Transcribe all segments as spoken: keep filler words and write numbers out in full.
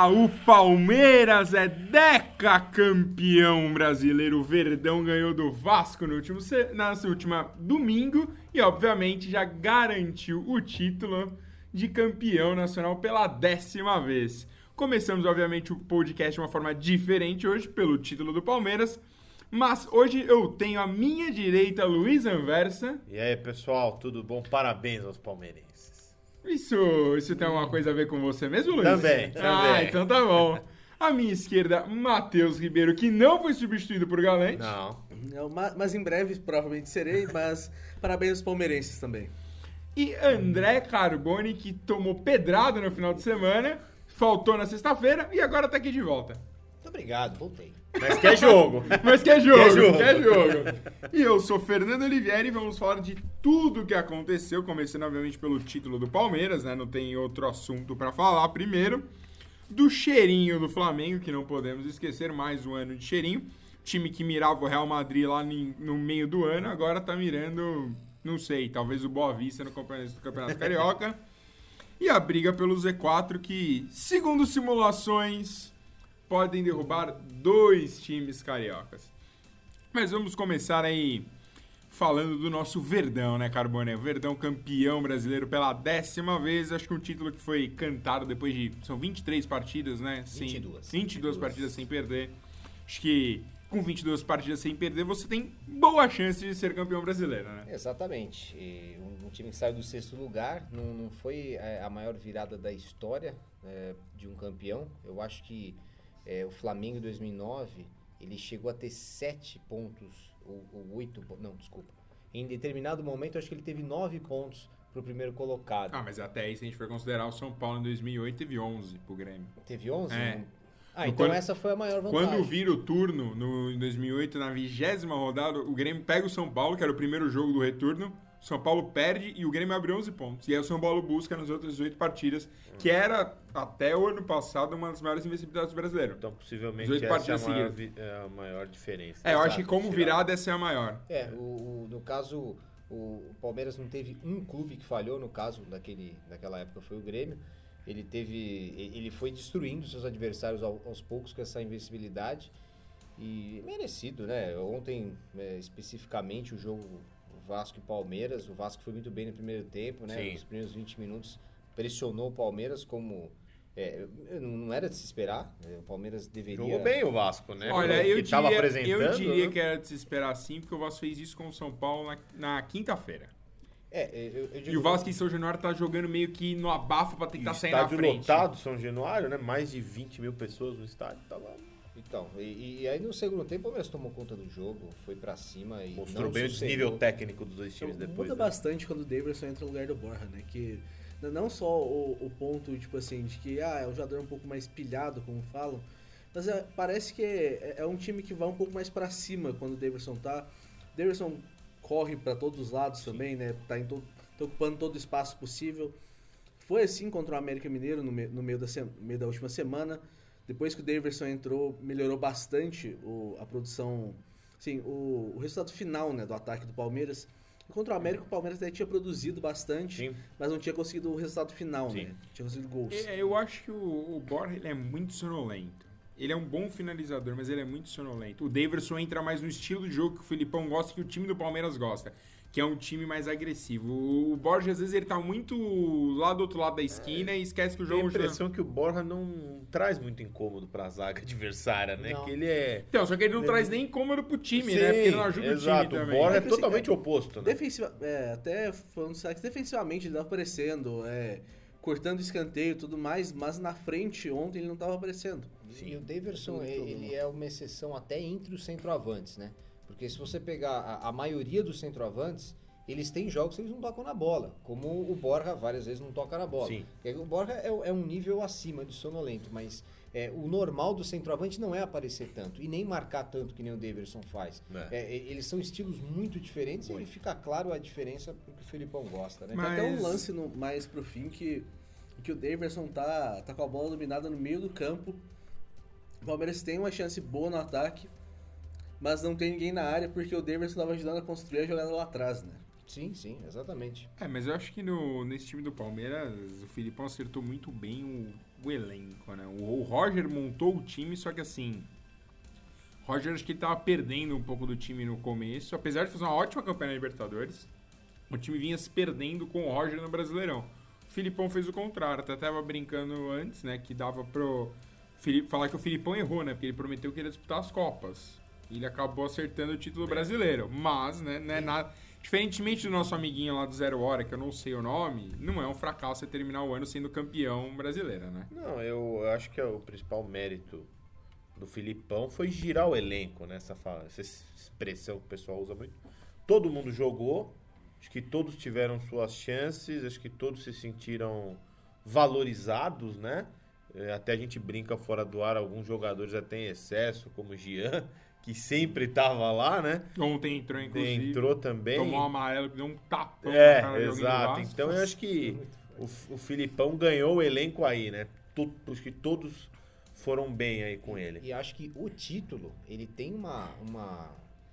Ah, o Palmeiras é decacampeão brasileiro. O Verdão ganhou do Vasco no último, na última domingo e, obviamente, já garantiu o título de campeão nacional pela décima vez. Começamos, obviamente, o podcast de uma forma diferente hoje, pelo título do Palmeiras. Mas hoje eu tenho à minha direita Luiz Anversa. E aí, pessoal, tudo bom? Parabéns aos palmeirenses. Isso, isso tem alguma coisa a ver com você mesmo, Luiz? Também, Ah, também. então tá bom. À minha esquerda, Matheus Ribeiro, que não foi substituído por Galante. Não. Não, mas em breve provavelmente serei, mas parabéns aos palmeirenses também. E André Carboni, que tomou pedrada no final de semana, faltou na sexta-feira e agora tá aqui de volta. Muito obrigado, voltei. Mas quer jogo. Mas quer jogo, Quer jogo. quer jogo. E eu sou Fernando Olivieri e vamos falar de tudo o que aconteceu, começando obviamente pelo título do Palmeiras, né? Não tem outro assunto pra falar primeiro. Do cheirinho do Flamengo, que não podemos esquecer, mais um ano de cheirinho. Time que mirava o Real Madrid lá no meio do ano, agora tá mirando, não sei, talvez o Boa Vista no Campeonato Carioca. E a briga pelo Z quatro que, segundo simulações, podem derrubar dois times cariocas. Mas vamos começar aí falando do nosso Verdão, né, Carbone? Verdão campeão brasileiro pela décima vez. Acho que um título que foi cantado depois de... São vinte e três partidas, né? vinte e duas. vinte e duas partidas sem perder. Acho que com vinte e duas partidas sem perder, você tem boa chance de ser campeão brasileiro, né? Exatamente. E um, um time que saiu do sexto lugar, não, não foi a maior virada da história é, de um campeão. Eu acho que É, o Flamengo em dois mil e nove, ele chegou a ter sete pontos, ou, ou oito, não, desculpa. Em determinado momento, eu acho que ele teve nove pontos pro primeiro colocado. Ah, mas até aí, se a gente for considerar, o São Paulo em dois mil e oito teve onze pro Grêmio. Teve onze? É. Ah, então quando, essa foi a maior vantagem. Quando vira o turno, no, em dois mil e oito, na vigésima rodada, o Grêmio pega o São Paulo, que era o primeiro jogo do retorno, o São Paulo perde e o Grêmio abre onze pontos. E aí o São Paulo busca nas outras oito partidas, que era, até o ano passado, uma das maiores invencibilidades brasileiras. Então, possivelmente, oito essa é a, maior, seguidas. é a maior diferença. É, eu Exato, acho que como tirar. virada, essa é a maior. É, o, o, no caso, o, o Palmeiras não teve um clube que falhou, no caso daquele, daquela época foi o Grêmio. Ele teve, ele foi destruindo seus adversários aos, aos poucos com essa invencibilidade e merecido, né? Ontem, é, especificamente, o jogo Vasco e Palmeiras, o Vasco foi muito bem no primeiro tempo, né? Sim. Nos primeiros vinte minutos pressionou o Palmeiras como... É, não era de se esperar, né? O Palmeiras deveria... Jogou bem o Vasco, né? Olha, que eu tava diria, apresentando, eu diria né? que era de se esperar sim, porque o Vasco fez isso com o São Paulo na, na quinta-feira. É, eu, eu digo... E o Vasco em São Januário tá jogando meio que no abafo pra tentar sair na Estádio frente. lotado, São Januário, né? Mais de vinte mil pessoas no estádio, tava... Então, e, e aí no segundo tempo o Palmeiras tomou conta do jogo, foi pra cima e Mostrou não bem o sossegou. desnível técnico dos dois times Então, depois. muda né? bastante quando o Davidson entra no lugar do Borja, né? Que não só o, o ponto, tipo assim, de que ah, é um jogador um pouco mais pilhado, como falam, mas é, parece que é, é um time que vai um pouco mais pra cima quando o Davidson tá. O Davidson corre pra todos os lados Sim. também, né? Tá, em todo, tá ocupando todo o espaço possível. Foi assim contra o América Mineiro no, me, no meio, da, meio da última semana. Depois que o Davidson entrou, melhorou bastante o, a produção, assim, o, o resultado final, né, do ataque do Palmeiras. Contra o América, o Palmeiras até tinha produzido bastante, Sim. mas não tinha conseguido o resultado final, Sim. né? Tinha conseguido gols. É, eu acho que o, o Borja ele é muito sonolento. Ele é um bom finalizador, mas ele é muito sonolento. O Davidson entra mais no estilo de jogo que o Filipão gosta, que o time do Palmeiras gosta, que é um time mais agressivo. O Borja, às vezes, ele tá muito lá do outro lado da esquina é, e esquece que o jogo... Tem a impressão que o Borja não traz muito incômodo pra zaga adversária, né? Não. Que ele é... Então, só que ele não é. traz nem incômodo pro time, Sim, né? Porque ele não ajuda exato. o time O também. Borja é É que, assim, totalmente é, oposto, né? Defensiva, é, até falando sério, defensivamente ele tava aparecendo, é, cortando escanteio e tudo mais, mas na frente ontem ele não tava aparecendo. Sim. E o Davidson, ele, ele é uma exceção até entre os centroavantes, né? Porque se você pegar a, a maioria dos centroavantes, eles têm jogos que eles não tocam na bola, como o Borja várias vezes não toca na bola. Sim. O Borja é, é um nível acima de sonolento, mas é, o normal do centroavante não é aparecer tanto e nem marcar tanto que nem o Davidson faz. É. É, eles são estilos muito diferentes muito. E fica claro a diferença porque o Felipão gosta, né? Tem Mas... até um lance no, mais pro fim que, que o Davidson tá, tá com a bola dominada no meio do campo. O Palmeiras tem uma chance boa no ataque, mas não tem ninguém na área porque o Davidson estava ajudando a construir a jogada lá atrás, né? Sim, sim, exatamente. É, mas eu acho que no, nesse time do Palmeiras, o Filipão acertou muito bem o, o elenco, né? O, o Roger montou o time, só que assim... O Roger, acho que ele tava perdendo um pouco do time no começo, apesar de fazer uma ótima campanha na Libertadores. O time vinha se perdendo com o Roger no Brasileirão. O Filipão fez o contrário, até tava brincando antes, né? Que dava pro... Felipe, falar que o Filipão errou, né? Porque ele prometeu que ia disputar as Copas. E ele acabou acertando o título brasileiro. Mas, né, não é nada... Diferentemente do nosso amiguinho lá do Zero Hora, que eu não sei o nome, não é um fracasso você terminar o ano sendo campeão brasileiro, né? Não, eu, eu acho que é o principal mérito do Filipão foi girar o elenco, né? Essa, fala, essa expressão que o pessoal usa muito. Todo mundo jogou, acho que todos tiveram suas chances, acho que todos se sentiram valorizados, né? É, até a gente brinca fora do ar, alguns jogadores até em excesso, como o Jean, que sempre tava lá, né? Ontem entrou, inclusive. Entrou também. Tomou um amarelo que deu um tapão É, na cara de alguém do exato. Vasco. Então eu acho que o, o Filipão ganhou o elenco aí, né? Tu- Acho que todos foram bem aí com ele. E acho que o título, ele tem uma, uma,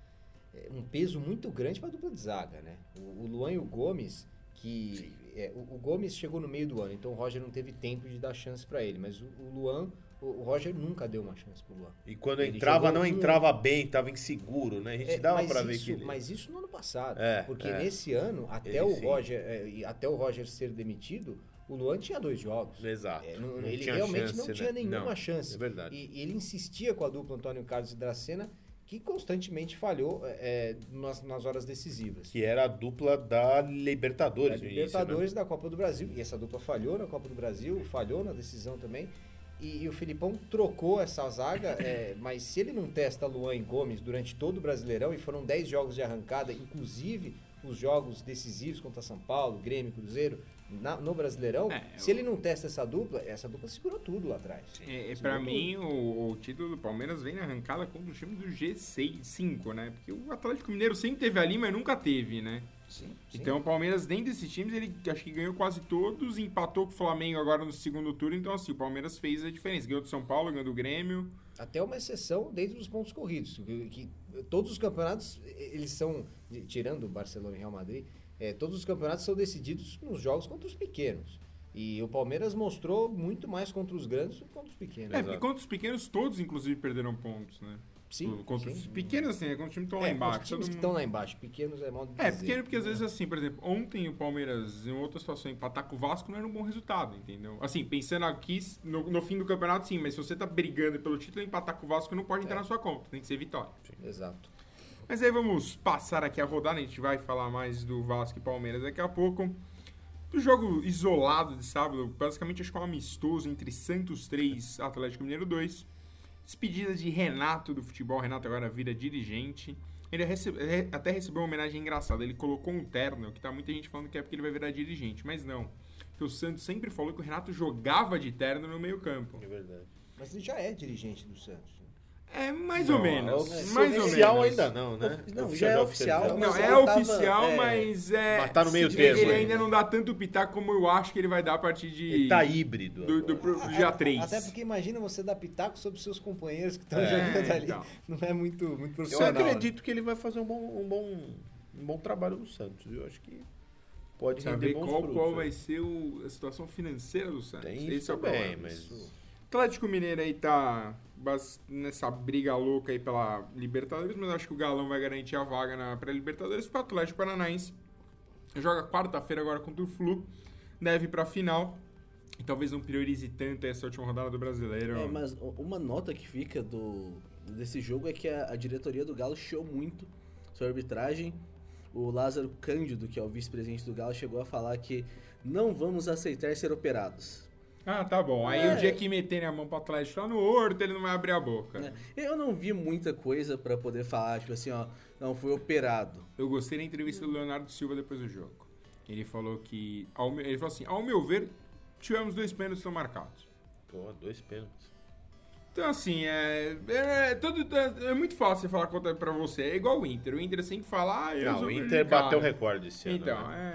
é, um peso muito grande para a dupla de zaga, né? O, o Luan e o Gomes, que é, o, o Gomes chegou no meio do ano, então o Roger não teve tempo de dar chance para ele, mas o, o Luan, o, o Roger nunca deu uma chance pro Luan. E quando Ele entrava, jogou não um- entrava bem, tava inseguro, né? A gente É, dava mas pra ver isso, que ele... Mas isso no ano passado, É, porque é. nesse ano, até Ele o sim. Roger, é, e até o Roger ser demitido, o Luan tinha dois jogos. Exato. É, não- Não ele tinha realmente chance, não né? tinha nenhuma Não, chance. é verdade. E, e ele insistia com a dupla Antônio Carlos e Dracena, que constantemente falhou é, nas, nas horas decisivas. Que era a dupla da Da Libertadores no Libertadores da Copa do Brasil. E essa dupla falhou na Copa do Brasil, falhou na decisão também. E, e o Filipão trocou essa zaga, é, mas se ele não testa Luan e Gomes durante todo o Brasileirão, e foram dez jogos de arrancada, inclusive os jogos decisivos contra São Paulo, Grêmio, Cruzeiro, na- no Brasileirão, É, se eu- ele não testa essa dupla, essa dupla segurou tudo lá atrás. É, é, Segurou pra tudo. mim, o, o título do Palmeiras vem na arrancada contra o time do G seis, cinco, né? Porque o Atlético Mineiro sempre teve ali, mas nunca teve, né? Sim, sim. Então o Palmeiras, dentro desses times, ele acho que ganhou quase todos, empatou com o Flamengo agora no segundo turno, então assim, o Palmeiras fez a diferença. Ganhou do São Paulo, ganhou do Grêmio. Até uma exceção dentro dos pontos corridos, que, que todos os campeonatos, eles são, tirando o Barcelona e Real Madrid, é, todos os campeonatos são decididos nos jogos contra os pequenos. E o Palmeiras mostrou muito mais contra os grandes do que contra os pequenos. É, porque contra os pequenos, todos, inclusive, perderam pontos, né? Sim, Contra sim. os pequenos, assim, é quando os times estão lá É, embaixo. os times todo que mundo- estão lá embaixo, pequenos é modo de É, dizer. pequeno porque às vezes, assim, por exemplo, ontem o Palmeiras, em outra situação, empatar com o Vasco não era um bom resultado, entendeu? Assim, pensando aqui, no, no fim do campeonato, sim, mas se você tá brigando pelo título, empatar com o Vasco não pode entrar É. na sua conta, tem que ser vitória. Exato. Mas aí vamos passar aqui a rodada, a gente vai falar mais do Vasco e Palmeiras daqui a pouco. Do jogo isolado de sábado, basicamente acho que é um amistoso entre Santos três, Atlético Mineiro dois. Despedida de Renato do futebol, Renato agora vira dirigente. Ele recebe- re- até recebeu uma homenagem engraçada, ele colocou um terno, que tá muita gente falando que é porque ele vai virar dirigente, mas não. Porque o Santos sempre falou que o Renato jogava de terno no meio campo. É verdade. Mas ele já é dirigente do Santos. É, mais Não, ou menos. é mais ou oficial menos. ainda não, né? Não, já é oficial, Não, mas é ele tava- oficial, é, mas é. Mas tá no meio ele, termo Ele ainda. ainda não dá tanto pitaco como eu acho que ele vai dar a partir de. Ele tá híbrido. do, do, agora. pro- do dia três. Até porque imagina você dar pitaco sobre seus companheiros que estão É, jogando ali. então. Não é muito, muito Eu profissional. né? acredito que ele vai fazer um bom, um bom, um bom trabalho no Santos, viu? Acho que pode render Saber bons qual, frutos, qual né? vai ser o- a situação financeira do Santos. Tem Esse isso é o também, problema. mas... Atlético Mineiro aí tá bas- nessa briga louca aí pela Libertadores, mas eu acho que o Galão vai garantir a vaga na pré-Libertadores pro Atlético Paranaense. Joga quarta-feira agora contra o Flu, deve ir pra final. E talvez não priorize tanto essa última rodada do Brasileiro. É, mas u- uma nota que fica do, desse jogo é que a, a diretoria do Galo chiou muito sobre a arbitragem. O Lázaro Cândido, que é o vice-presidente do Galo, chegou a falar que não vamos aceitar ser operados. Ah, tá bom. Aí É. o dia que meterem a mão pro Atlético lá no Horto, ele não vai abrir a boca. Né? Eu não vi muita coisa pra poder falar, tipo assim, ó, não, foi operado. Eu gostei da entrevista do Leonardo Silva depois do jogo. Ele falou que, ao meu- ele falou assim, ao meu ver, tivemos dois pênaltis não marcados. Pô, dois pênaltis. Então, assim, é, é, tudo, é, é muito fácil falar contra pra você. É igual o Inter. O Inter sempre fala... Ah, eu Não, sou o Inter prejudicado. bateu o recorde esse ano. Então, né? é...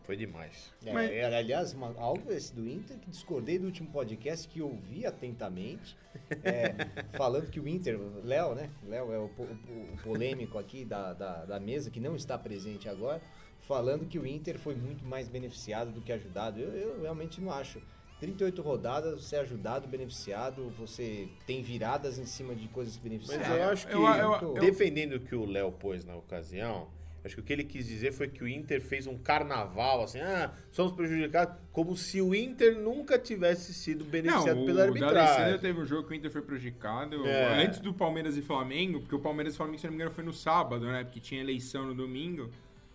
foi demais. É, Mas- é, aliás, uma- algo esse do Inter que discordei do último podcast que ouvi atentamente, é, falando que o Inter, Léo, né? Léo é o, po- o- o polêmico aqui da, da, da mesa, que não está presente agora, falando que o Inter foi muito mais beneficiado do que ajudado. Eu, eu realmente não acho. trinta e oito rodadas, você é ajudado, beneficiado, você tem viradas em cima de coisas Mas beneficiadas. eu acho que, eu- eu- eu- defendendo o que o Léo pôs na ocasião, acho que o que ele quis dizer foi que o Inter fez um carnaval, assim, ah, somos prejudicados, como se o Inter nunca tivesse sido beneficiado Não, pela o D'Alessandro arbitragem. teve um jogo que o Inter foi prejudicado É. antes do Palmeiras e Flamengo, porque o Palmeiras e Flamengo, se não me engano, foi no sábado, né? Porque tinha eleição no domingo.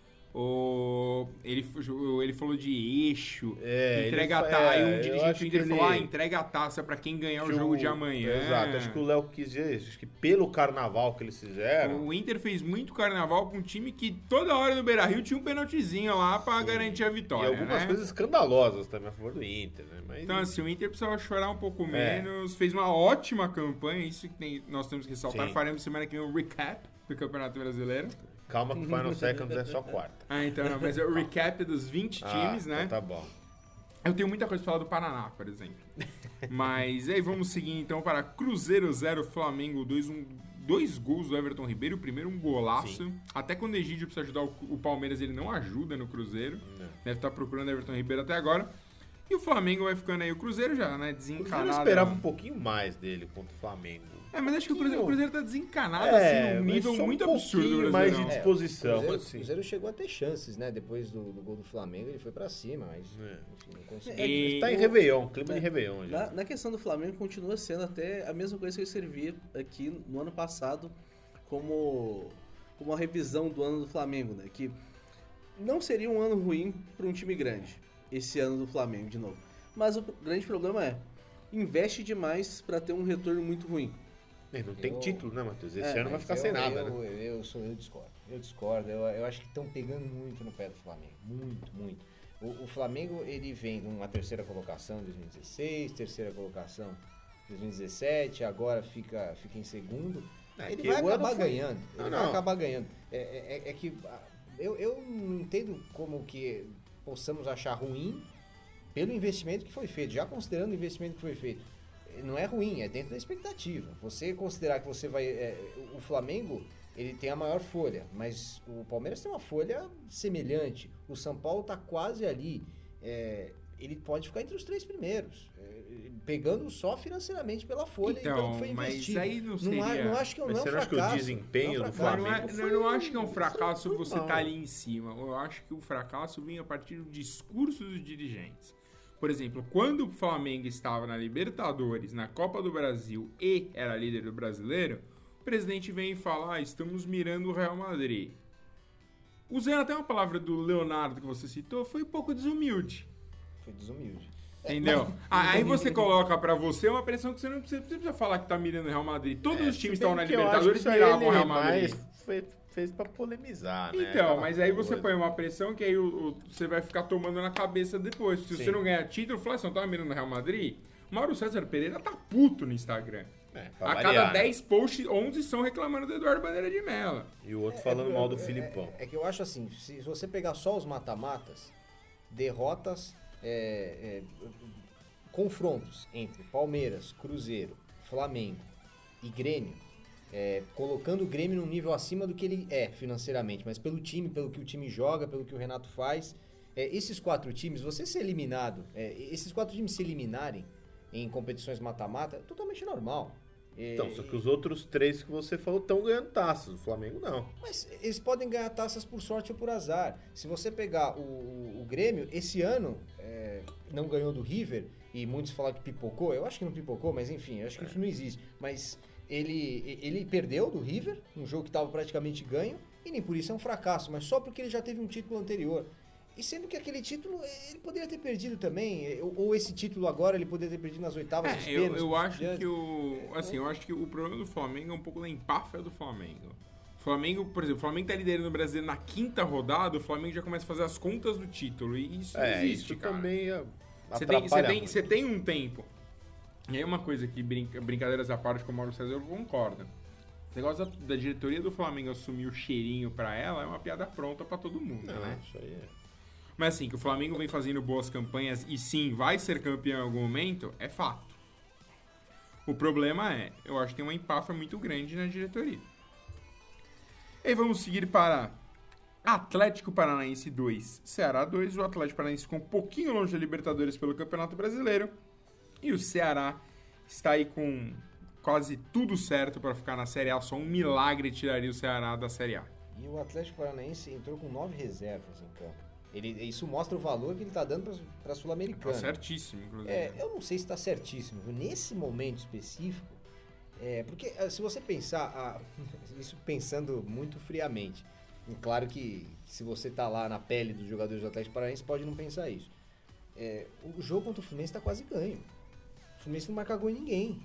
O... Ele, ele falou de eixo, É, entrega a ele fa- taça. é, Aí um eu dirigente acho do Inter que falou: ele- ah, entrega a taça pra quem ganhar o Que jogo o- de amanhã. Exato, acho que o Léo quis dizer isso. Acho que pelo carnaval que eles fizeram. O Inter fez muito carnaval com um time que toda hora no Beira-Rio tinha um penaltizinho lá pra garantir a E vitória, algumas né? coisas escandalosas também a favor do Inter, né? Mas, Então, assim, o Inter precisava chorar um pouco É. menos, fez uma ótima campanha, isso que tem- nós temos que ressaltar. Sim. Faremos semana que vem um recap do Campeonato Brasileiro. calma que o Final Seconds é só quarta. Ah, então não, mas é o recap dos vinte times, Ah, né? então tá bom. Eu tenho muita coisa pra falar do Paraná, por exemplo. Mas aí vamos seguir então para Cruzeiro zero, Flamengo dois, um, dois gols do Everton Ribeiro, o primeiro um golaço. Sim. Até quando o Egídio precisa ajudar o, o Palmeiras, ele não ajuda no Cruzeiro. Não. Deve estar procurando Everton Ribeiro até agora. E o Flamengo vai ficando aí, o Cruzeiro já, né, O Cruzeiro desencanado. eu esperava um pouquinho mais dele contra o Flamengo. É, mas acho que o Cruzeiro, o Cruzeiro tá desencanado, É, assim, num mas nível só um muito absurdo do pouquinho mais Brasileirão. de É, disposição, o Cruzeiro, assim. o Cruzeiro chegou a ter chances, né? Depois do, do gol do Flamengo, ele foi pra cima, mas É. enfim, não conseguiu. É, E- Tá em Réveillon, clima de Réveillon já. Na, na questão do Flamengo, continua sendo até a mesma coisa que eu servi aqui no ano passado como, como uma revisão do ano do Flamengo, né? Que não seria um ano ruim para um time grande, esse ano do Flamengo, de novo. Mas o grande problema é, investe demais para ter um retorno muito ruim. E não tem Eu- título, né, Matheus? Esse É, ano vai Mas ficar eu, sem nada, eu, né? Eu, eu, sou, eu discordo. Eu discordo. Eu, eu acho que estão pegando muito no pé do Flamengo. Muito, muito. O, o Flamengo, ele vem de uma terceira colocação em dois mil e dezesseis, terceira colocação em dois mil e dezessete, agora fica, fica em segundo. É, ele que vai o ano acabar foi- ganhando. Ele Não, vai não. acabar ganhando. É, é- é que ah, eu, eu não entendo como que possamos achar ruim pelo investimento que foi feito, já considerando o investimento que foi feito. Não é ruim, é dentro da expectativa. Você considerar que você vai... é, o Flamengo, ele tem a maior folha, mas o Palmeiras tem uma folha semelhante. O São Paulo tá quase ali. É, ele pode ficar entre os três primeiros, é, pegando só financeiramente pela folha e pelo Então, que foi mas investido. aí não Não, seria... a- não acho que é um- Mas não é um você não acha que o fracasso. desempenho Não é um do fracasso. Não, não, é, Flamengo não, eu não acho que é um foi- fracasso foi você mal. estar ali em cima. Eu acho que o fracasso vinha a partir do discurso dos dirigentes. Por exemplo, quando o Flamengo estava na Libertadores, na Copa do Brasil e era líder do Brasileiro, o presidente vem e fala, ah, estamos mirando o Real Madrid. Usando até uma palavra do Leonardo que você citou, foi um pouco desumilde. Foi desumilde. Entendeu? Ah, Aí você coloca pra você uma pressão que você não precisa, você precisa falar que tá mirando o Real Madrid. Todos os times Se bem estavam na que eu acho Libertadores que isso aí miravam o ele Real Madrid. mais foi- fez pra polemizar, né? Então, Aquela mas aí você coisa. põe uma pressão que aí o, o- você vai ficar tomando na cabeça depois. Se Sim. você não ganhar título, fala assim, não tava mirando no Real Madrid? Mauro César Pereira tá puto no Instagram. É, pra A variar, cada né? dez posts, onze são reclamando do Eduardo Bandeira de Mello. E o outro falando mal do É- Filipão. É, é que eu acho assim, se você pegar só os mata-matas, derrotas, é, é, confrontos entre Palmeiras, Cruzeiro, Flamengo e Grêmio, é, colocando o Grêmio num nível acima do que ele é financeiramente, mas pelo time, pelo que o time joga, pelo que o Renato faz, é, esses quatro times, você ser eliminado, é, esses quatro times se eliminarem em competições mata-mata, é totalmente normal. É, Então, só que os outros três que você falou estão ganhando taças. O Flamengo não. Mas eles podem ganhar taças por sorte ou por azar. Se você pegar o, o, o Grêmio, esse ano é, não ganhou do River, e muitos falaram que pipocou. Eu acho que não pipocou, mas enfim, eu acho que isso não existe. Mas ele, ele perdeu do River, um jogo que estava praticamente ganho, e nem por isso é um fracasso, mas só porque ele já teve um título anterior. E sendo que aquele título ele poderia ter perdido também, ou, ou esse título agora ele poderia ter perdido nas oitavas dos É, eu, pênaltis, eu por acho diante. que o. Assim, eu acho que o problema do Flamengo é um pouco da empáfia do Flamengo. O Flamengo, por exemplo, o Flamengo tá liderando o Brasil na quinta rodada, o Flamengo já começa a fazer as contas do título. E isso não É, existe, isso cara. também é, Você tem, você, atrapalha tem, muito. você tem um tempo. E aí uma coisa que, brinca, brincadeiras à parte com o Mauro César, eu concordo. O negócio da, da diretoria do Flamengo assumir o cheirinho pra ela é uma piada pronta pra todo mundo, Não, né? isso aí é... Mas assim, que o Flamengo vem fazendo boas campanhas e sim, vai ser campeão em algum momento, é fato. O problema é, eu acho que tem uma empáfia muito grande na diretoria. E aí vamos seguir para Atlético Paranaense dois, Ceará dois. O Atlético Paranaense ficou um pouquinho longe da Libertadores pelo Campeonato Brasileiro. E o Ceará está aí com quase tudo certo para ficar na Série A. Só um milagre tiraria o Ceará da Série A. E o Atlético Paranaense entrou com nove reservas em campo. Ele, isso mostra o valor que ele está dando para a Sul-Americana. Tá certíssimo, inclusive. É, eu não sei se está certíssimo. Nesse momento específico, é, porque se você pensar, ah, isso pensando muito friamente, e claro que se você está lá na pele dos jogadores do Atlético Paranaense, pode não pensar isso. É, o jogo contra o Fluminense está quase ganho. O Fluminense não marca gol em ninguém.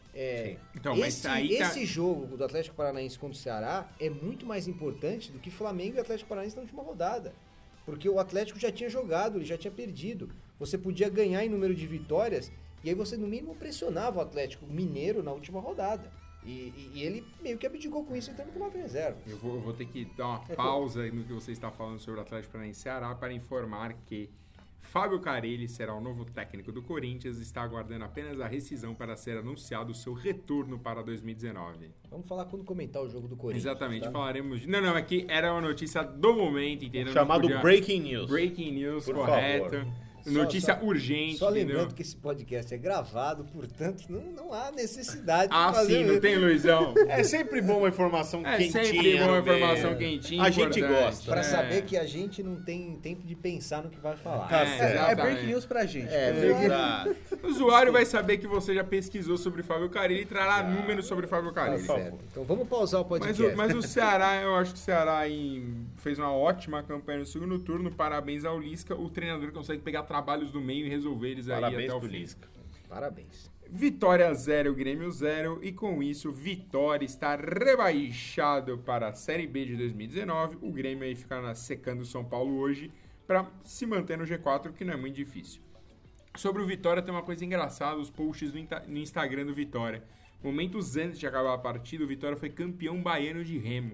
É, então, mas esse, aí tá... esse jogo do Atlético Paranaense contra o Ceará é muito mais importante do que Flamengo e Atlético Paranaense na última rodada. Porque o Atlético já tinha jogado, ele já tinha perdido. Você podia ganhar em número de vitórias e aí você no mínimo pressionava o Atlético Mineiro na última rodada. E, e, e ele meio que abdicou com isso entrando com nove reservas. Eu vou, eu vou ter que dar uma pausa no que você está falando sobre o Atlético Paranaense e Ceará para informar que Fábio Carelli será o novo técnico do Corinthians e está aguardando apenas a rescisão para ser anunciado o seu retorno para dois mil e dezenove. Vamos falar quando comentar o jogo do Corinthians. Exatamente, tá? falaremos de... Não, não, aqui era uma notícia do momento, entendeu? Chamado Podia... Breaking News. Breaking News, Por correto. favor. Notícia Só- só- urgente, Só entendeu? lembrando que esse podcast é gravado, portanto não, não há necessidade de Ah, fazer sim, não isso. tem, Luizão? É sempre bom uma informação É quentinha. sempre bom uma no informação meio. quentinha, A gente importante. gosta. Pra É. saber que a gente não tem tempo de pensar no que vai falar. Tá É, certo. É exatamente. break news pra gente. É verdade. O usuário vai saber que você já pesquisou sobre Fábio Carelli e trará números sobre Fábio Tá Carelli. certo. Então vamos pausar o Mas podcast. o, mas o Ceará, eu acho que o Ceará aí fez uma ótima campanha no segundo turno. Parabéns ao Lisca. O treinador consegue pegar trabalhos do meio e resolver eles aí Parabéns até o pro fim. Lisca. Parabéns. Vitória zero, Grêmio zero. E com isso, Vitória está rebaixado para a Série B de dois mil e dezenove. O Grêmio aí fica na- secando o São Paulo hoje para se manter no G quatro, que não é muito difícil. Sobre o Vitória, tem uma coisa engraçada, os posts no, Inta- no Instagram do Vitória. Momentos antes de acabar a partida, o Vitória foi campeão baiano de remo.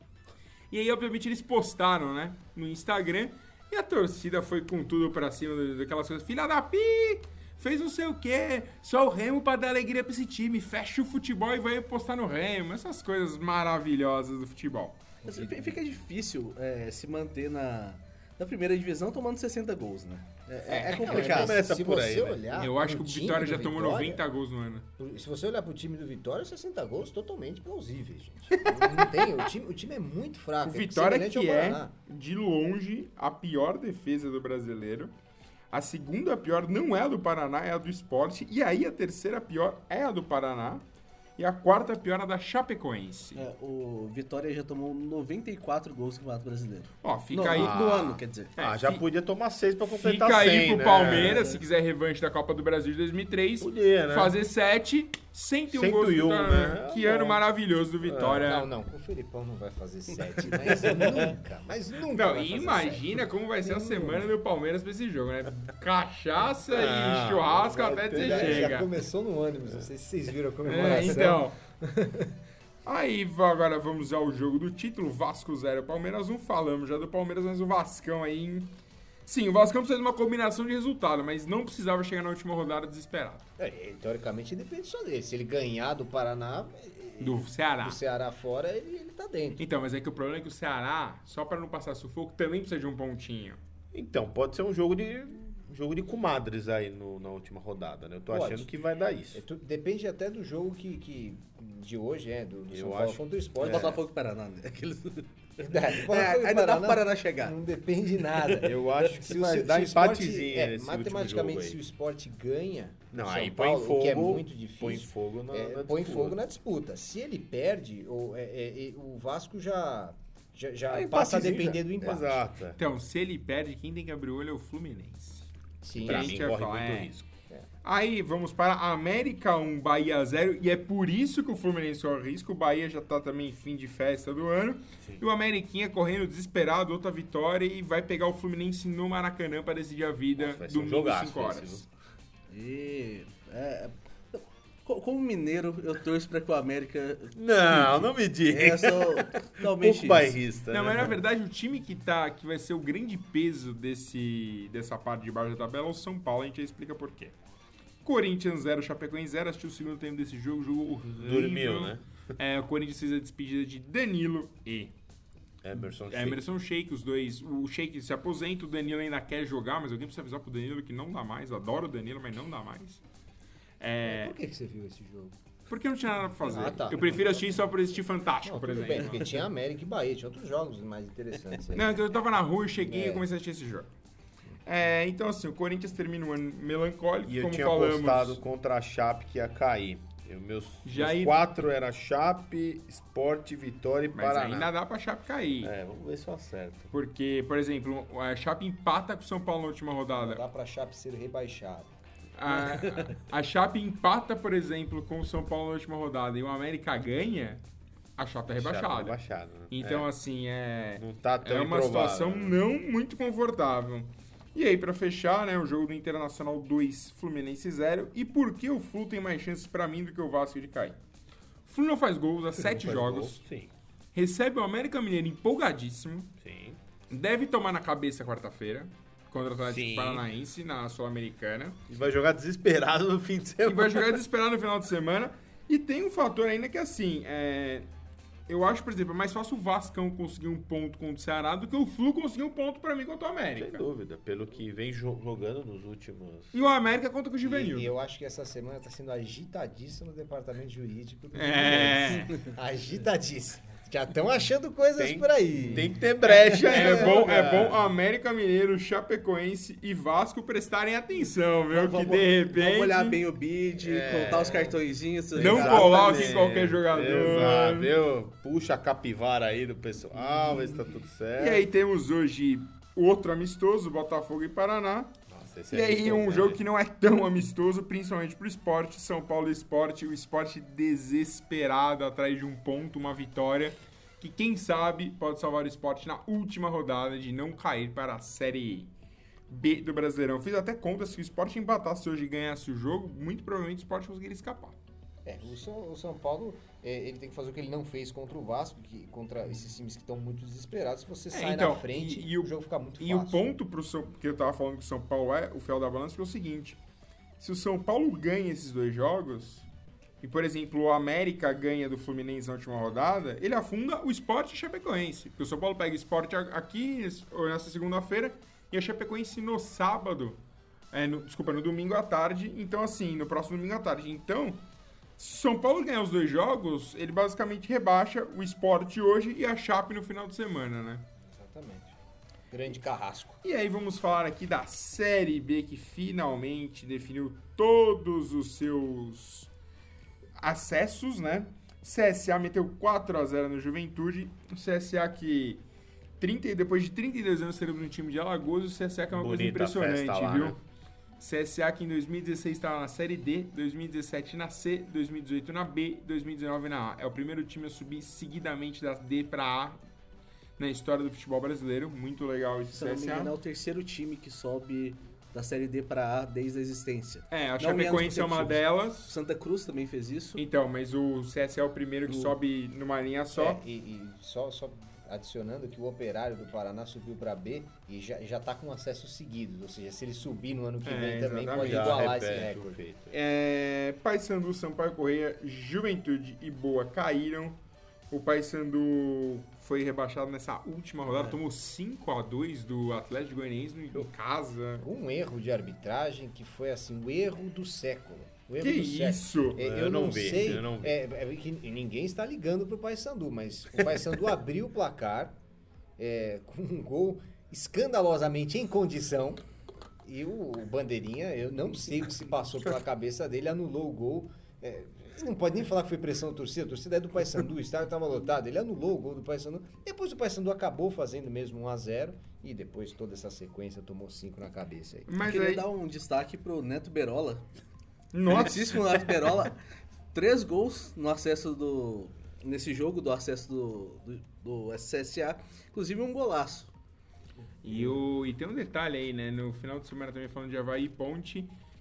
E aí, obviamente, eles postaram, né, no Instagram, e a torcida foi com tudo pra cima daquelas coisas. Filha da pi! Fez não sei o quê, só o remo pra dar alegria pra esse time, fecha o futebol e vai postar no remo. Essas coisas maravilhosas do futebol. Mas fica difícil é, se manter na, na primeira divisão tomando sessenta gols, né? É, é- é complicado. começa se por você aí, né? olhar Eu acho que pro o time Vitória do já tomou Vitória, noventa gols no ano. Se você olhar pro time do Vitória, sessenta gols totalmente plausíveis, gente. Não, não tem, o time, o time é muito fraco. O é Vitória semelhante ao que é, Paraná. de longe, a pior defesa do brasileiro. A segunda pior não é a do Paraná, é a do Sport. E aí a terceira pior é a do Paraná. E a quarta pior é a da Chapecoense. É, o Vitória já tomou noventa e quatro gols no Campeonato Brasileiro. Ó, fica no, aí... no, no ano, quer dizer. Ah, É, já fi- podia tomar seis pra completar Fica aí cem, pro né? Palmeiras, se quiser revanche da Copa do Brasil de dois mil e três. Podia, né? Fazer sete, cento e um cento gols. e do um, Vitória, né? Que É ano bom. maravilhoso do Vitória. Não, não, o Felipão não vai fazer sete, mas nunca, mas nunca Não, vai e fazer imagina sete. como vai ser a semana do Palmeiras pra esse jogo, né? Cachaça Ah, e churrasco vai até ter- você Já, já chega. começou no ônibus, não sei se vocês viram a É, comemoração. então. Aí va- agora vamos ao jogo do título, Vasco zero, Palmeiras um. Falamos já do Palmeiras, mas o Vascão aí... em- Sim, o Vascão precisa de uma combinação de resultado, mas não precisava chegar na última rodada desesperado. É, teoricamente depende só dele. Se ele ganhar do Paraná, Do Ceará. do Ceará fora, ele, ele tá dentro. Então, mas é que o problema é que o Ceará, só para não passar sufoco, também precisa de um pontinho. Então, pode ser um jogo de um jogo de comadres aí no- na última rodada, né? Eu tô Pode. achando que vai dar É, isso. tu- depende até do jogo que, que de hoje, é, do, do Eu São Paulo acho- contra o Sport. Botafogo e Paraná, né? Aqueles... Verdade. É, Botafogo e ainda dá Paraná pro Paraná chegar. Não depende de nada. Eu acho que Se o- vai se- dar se o Sport- empatezinho é, nesse último matematicamente, jogo se o aí. Sport ganha Não, o São aí põe Paulo, fogo, o que é muito difícil, põe fogo na, é, na põe disputa. fogo na disputa. Se ele perde, o, é, é, é, o Vasco já, já, já É passa a empatezinho depender já. do empate. Exato. é. Então, se ele perde, quem tem que abrir o olho é o Fluminense. Sim, Pra Isso mim que eu ia corre falar, muito é. risco. Aí vamos para América um, Bahia zero, e é por isso que o Fluminense corre risco. O Bahia já tá também em fim de festa do ano. Sim. E o Ameriquinha correndo desesperado, outra vitória, e vai pegar o Fluminense no Maracanã para decidir a vida Nossa, vai ser um domingo, jogaço cinco esse, horas. E... é, Co- Como mineiro, eu torço pra que o América... Não, não me diga. É, só Um totalmente pouco isso. bairrista. Não, né? mas na verdade o time que, tá, que vai ser o grande peso desse, dessa parte de baixo da tabela é o São Paulo, a gente já explica por quê. Corinthians zero, Chapecoense zero, assistiu o segundo tempo desse jogo, jogo horrível. Dormiu, né? É, o Corinthians fez a despedida de Danilo e Emerson Sheik. Emerson Sheik, os dois. O Sheik se aposenta, o Danilo ainda quer jogar, mas alguém precisa avisar pro Danilo que não dá mais. Eu adoro o Danilo, mas não dá mais. É, Por que, que você viu esse jogo? porque não tinha nada pra fazer. Ah, tá. Eu prefiro assistir só por assistir Fantástico, Não, por tudo exemplo. bem, porque tinha América e Bahia, tinha outros jogos mais interessantes aí. Não, então eu tava na rua, eu cheguei e É. eu comecei a assistir esse jogo. É, então, assim, o Corinthians termina o ano melancólico, E eu como tinha falamos. apostado contra a Chape que ia cair. Eu, meus, Já meus ia- quatro era Chape, Sport, Vitória e Mas Paraná. ainda dá pra Chape cair. É, vamos ver se eu acerto. Porque, por exemplo, a Chape empata com o São Paulo na última rodada. Dá pra Chape ser rebaixado. A, a Chape empata, por exemplo, com o São Paulo na última rodada e o América ganha, a Chape é rebaixada. Chape rebaixado, né? Então, É, assim, é, não tá tão é uma improvável, situação né? não muito confortável. E aí, pra fechar, né, o jogo do Internacional dois, Fluminense zero. E por que o Flu tem mais chances pra mim do que o Vasco de cair? O Flu não faz gols há sete Faz jogos, gol? Sim, recebe o América Mineiro empolgadíssimo, sim. deve tomar na cabeça quarta-feira contra o Atlético Sim. Paranaense na Sul-Americana. E vai jogar desesperado no fim de E semana. vai jogar desesperado no final de semana. E tem um fator ainda que, assim, é... eu acho, por exemplo, é mais fácil o Vascão conseguir um ponto contra o Ceará do que o Flu conseguir um ponto pra mim contra o Sem América. dúvida, pelo que vem jo- jogando nos últimos... E o América contra o E, Juvenil. e eu acho que essa semana tá sendo agitadíssimo no departamento jurídico do É. Fluminense. Agitadíssimo. Já estão achando coisas Tem- por aí. Tem que ter brecha aí, É né, bom, é cara? bom América Mineiro, Chapecoense e Vasco prestarem atenção, viu? Que Vamos- de repente Vamos olhar bem o bid, É. contar os cartõezinhos. tá Não ligado? coloque Exatamente. qualquer jogador. Exato, viu? Puxa a capivara aí do pessoal, vê se tá tudo certo. E aí temos hoje outro amistoso, Botafogo e Paraná. Nossa, esse E é aí amistoso, um né? jogo que não é tão amistoso, principalmente pro esporte, São Paulo Esporte, o esporte desesperado atrás de um ponto, uma vitória, que quem sabe pode salvar o esporte na última rodada de não cair para a Série B do Brasileirão. Fiz até conta, se o esporte empatasse hoje e ganhasse o jogo, muito provavelmente o esporte conseguiria escapar. É, o São, o São Paulo, é, ele tem que fazer o que ele não fez contra o Vasco, que, contra esses times que estão muito desesperados. Se você sai então, na frente, e- e o- o jogo fica muito E fácil. o ponto pro São, que eu tava falando que o São Paulo é o fiel da balança é o seguinte: se o São Paulo ganha esses dois jogos, e por exemplo o América ganha do Fluminense na última rodada, ele afunda o Sport e a Chapecoense. Porque o São Paulo pega o Sport aqui ou nessa segunda-feira e a Chapecoense no sábado, é, no- desculpa, no domingo à tarde. Então, assim, no próximo domingo à tarde. Então, se o São Paulo ganhar os dois jogos, ele basicamente rebaixa o Sport hoje e a Chape no final de semana, né? Exatamente. Grande carrasco. E aí vamos falar aqui da Série B, que finalmente definiu todos os seus acessos, né? C S A meteu quatro a zero no Juventude. O C S A que trinta, depois de trinta e dois anos teremos um time de Alagoas, o C S A que é uma Bonita coisa impressionante, festa lá, viu? né? C S A que em dois mil e dezesseis estava na Série D, dois mil e dezessete na C, dois mil e dezoito na B, dois mil e dezenove na A. É o primeiro time a subir seguidamente da D para A na história do futebol brasileiro. Muito legal esse Se eu não me C S A. engano, é o terceiro time que sobe da Série D para A desde a existência. É, a Não Chapecoense é em anos uma consecutivos. delas. Santa Cruz também fez isso. Então, mas o C S A é o primeiro que O- sobe numa linha só. É, e e só, só adicionando que o Operário do Paraná subiu para B e já, já tá com acesso seguido. Ou seja, se ele subir no ano que É, vem também exatamente. pode Já igualar esse repete o recorde. feito. É, Paysandu, Sampaio Correia, Juventude e Boa caíram. O Paysandu foi rebaixado nessa última rodada, É. tomou cinco a dois do Atlético Goianiense em casa. Um erro de arbitragem que foi assim, o erro do século. O erro Que do século. isso? É, Eu Eu, não não, vi, sei, eu não vi. é, é que ninguém está ligando pro Paysandu, mas o Paysandu abriu o placar é, com um gol escandalosamente em condição e o, o Bandeirinha, eu não sei o que se passou pela cabeça dele, anulou o gol. É, você não pode nem falar que foi pressão da torcida, a torcida é do Paysandu, o estádio estava lotado, ele anulou o gol do Paysandu. Depois o Paysandu acabou fazendo mesmo um a zero e depois toda essa sequência tomou cinco na cabeça aí. Eu Mas queria aí, dar um destaque pro Neto Berola. nossa, Grandíssimo Neto Berola. Três gols no acesso do... Nesse jogo do acesso do, do, do C S A. Inclusive um golaço. e, o, e tem um detalhe aí, né? No final de semana também falando de Avaí e Ponte,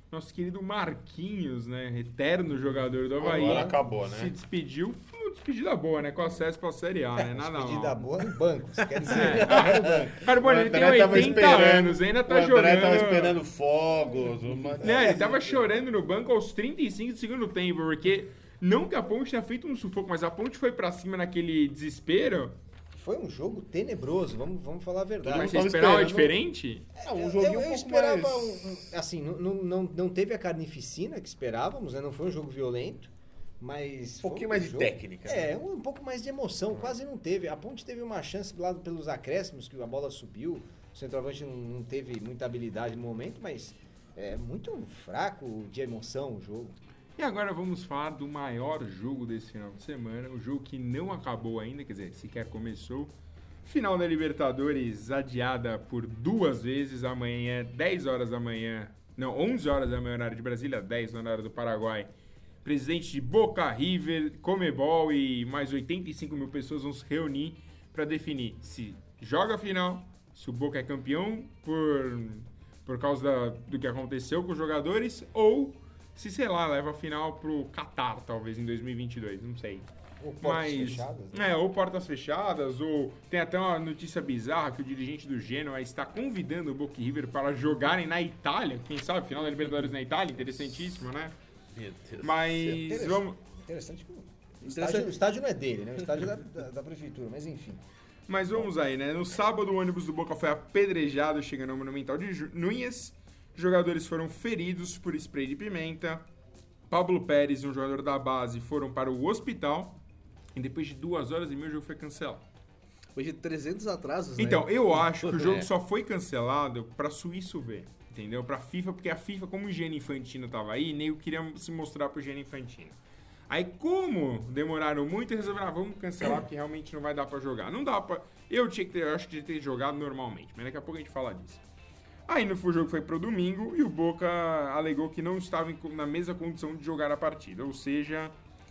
nosso querido Marquinhos, né? Eterno jogador do Avaí. Agora acabou, né? Se despediu. Uma despedida boa, né? Com acesso pra Série A, né? Nada mal. Despedida boa no banco, você quer dizer. É. Cara, bom, ele tem André tava oitenta esperando, anos, ainda tá o André jogando. tava esperando fogos. Uma... Não, ele tava chorando no banco aos trinta e cinco do segundo tempo, porque não que a Ponte tenha feito um sufoco, mas a Ponte foi pra cima naquele desespero. Foi um jogo tenebroso, vamos, vamos falar a verdade. Mas você tava esperava esperando- diferente? É, um Eu- joguinho eu, um eu pouco esperava, mais... um- um- assim, não, não, não, não teve a carnificina que esperávamos, né? Não foi um jogo violento, mas... Um pouquinho foi mais de jogo- técnica, É, né? um, um pouco mais de emoção, quase não teve. A Ponte teve uma chance lá pelos acréscimos, que a bola subiu, o centroavante não, não teve muita habilidade no momento, mas é muito fraco de emoção o jogo. E agora vamos falar do maior jogo desse final de semana, o jogo que não acabou ainda, quer dizer, sequer começou. Final da Libertadores adiada por duas vezes, amanhã, dez horas da manhã, não, onze horas da manhã, horário de Brasília, dez na hora do Paraguai. Presidente de Boca, River, Comebol e mais oitenta e cinco mil pessoas vão se reunir para definir se joga a final, se o Boca é campeão por, por causa da, do que aconteceu com os jogadores, ou se, sei lá, leva a final pro Catar, talvez, em dois mil e vinte e dois, não sei. Ou portas Mas, fechadas, né? é, ou portas fechadas, ou tem até uma notícia bizarra que o dirigente do Genoa está convidando o Boca e River para jogarem na Itália. Quem sabe, final da Libertadores na Itália, interessantíssimo, né? Meu Deus. Mas Interessante, vamos, interessante que o estádio, o estádio não é dele, né? O estádio é da, da, da prefeitura, mas enfim. mas vamos aí, né? No sábado, o ônibus do Boca foi apedrejado chegando ao Monumental de Ju- Núñez. Jogadores foram feridos por spray de pimenta. Pablo Pérez e um jogador da base foram para o hospital. E depois de duas horas e meia, o jogo foi cancelado. Depois de trezentos atrasos, né? Então, eu acho que o jogo É. só foi cancelado pra Suíço ver, entendeu? Pra FIFA, porque a FIFA, como o Gianni Infantino tava aí, nem eu queria se mostrar pro Gianni Infantino. Aí, como demoraram muito, eles resolveram, ah, vamos cancelar, porque realmente não vai dar pra jogar. Não dá pra... Eu tinha que ter, eu acho que tinha que ter jogado normalmente, mas daqui a pouco a gente fala disso. Aí, no o jogo foi pro domingo, e o Boca alegou que não estava em- na mesma condição de jogar a partida, ou seja...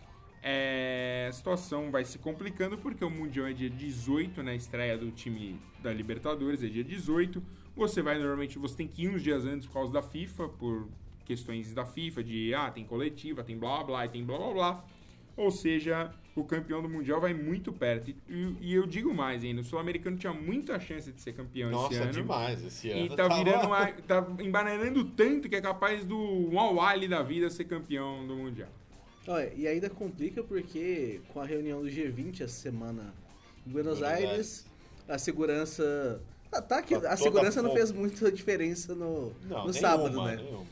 É, a situação vai se complicando porque o Mundial é dia dezoito, na estreia do time da Libertadores, é dia dezoito. Você vai, normalmente, você tem que ir uns dias antes por causa da FIFA, por questões da FIFA, de, ah, tem coletiva, tem blá blá, e tem blá blá blá. Ou seja, o campeão do Mundial vai muito perto. E, e eu digo mais ainda, o Sul-Americano tinha muita chance de ser campeão esse Nossa, ano. demais esse ano. E tá Tava- virando uma, tá embananando tanto que é capaz do Al-Ahly da vida ser campeão do Mundial. Olha, e ainda complica porque com a reunião do G vinte essa semana em Buenos Buenos Aires, a segurança... Ah, tá que Tá a toda segurança não fogo. fez muita diferença no, Não, no nenhuma, sábado, né? nenhuma.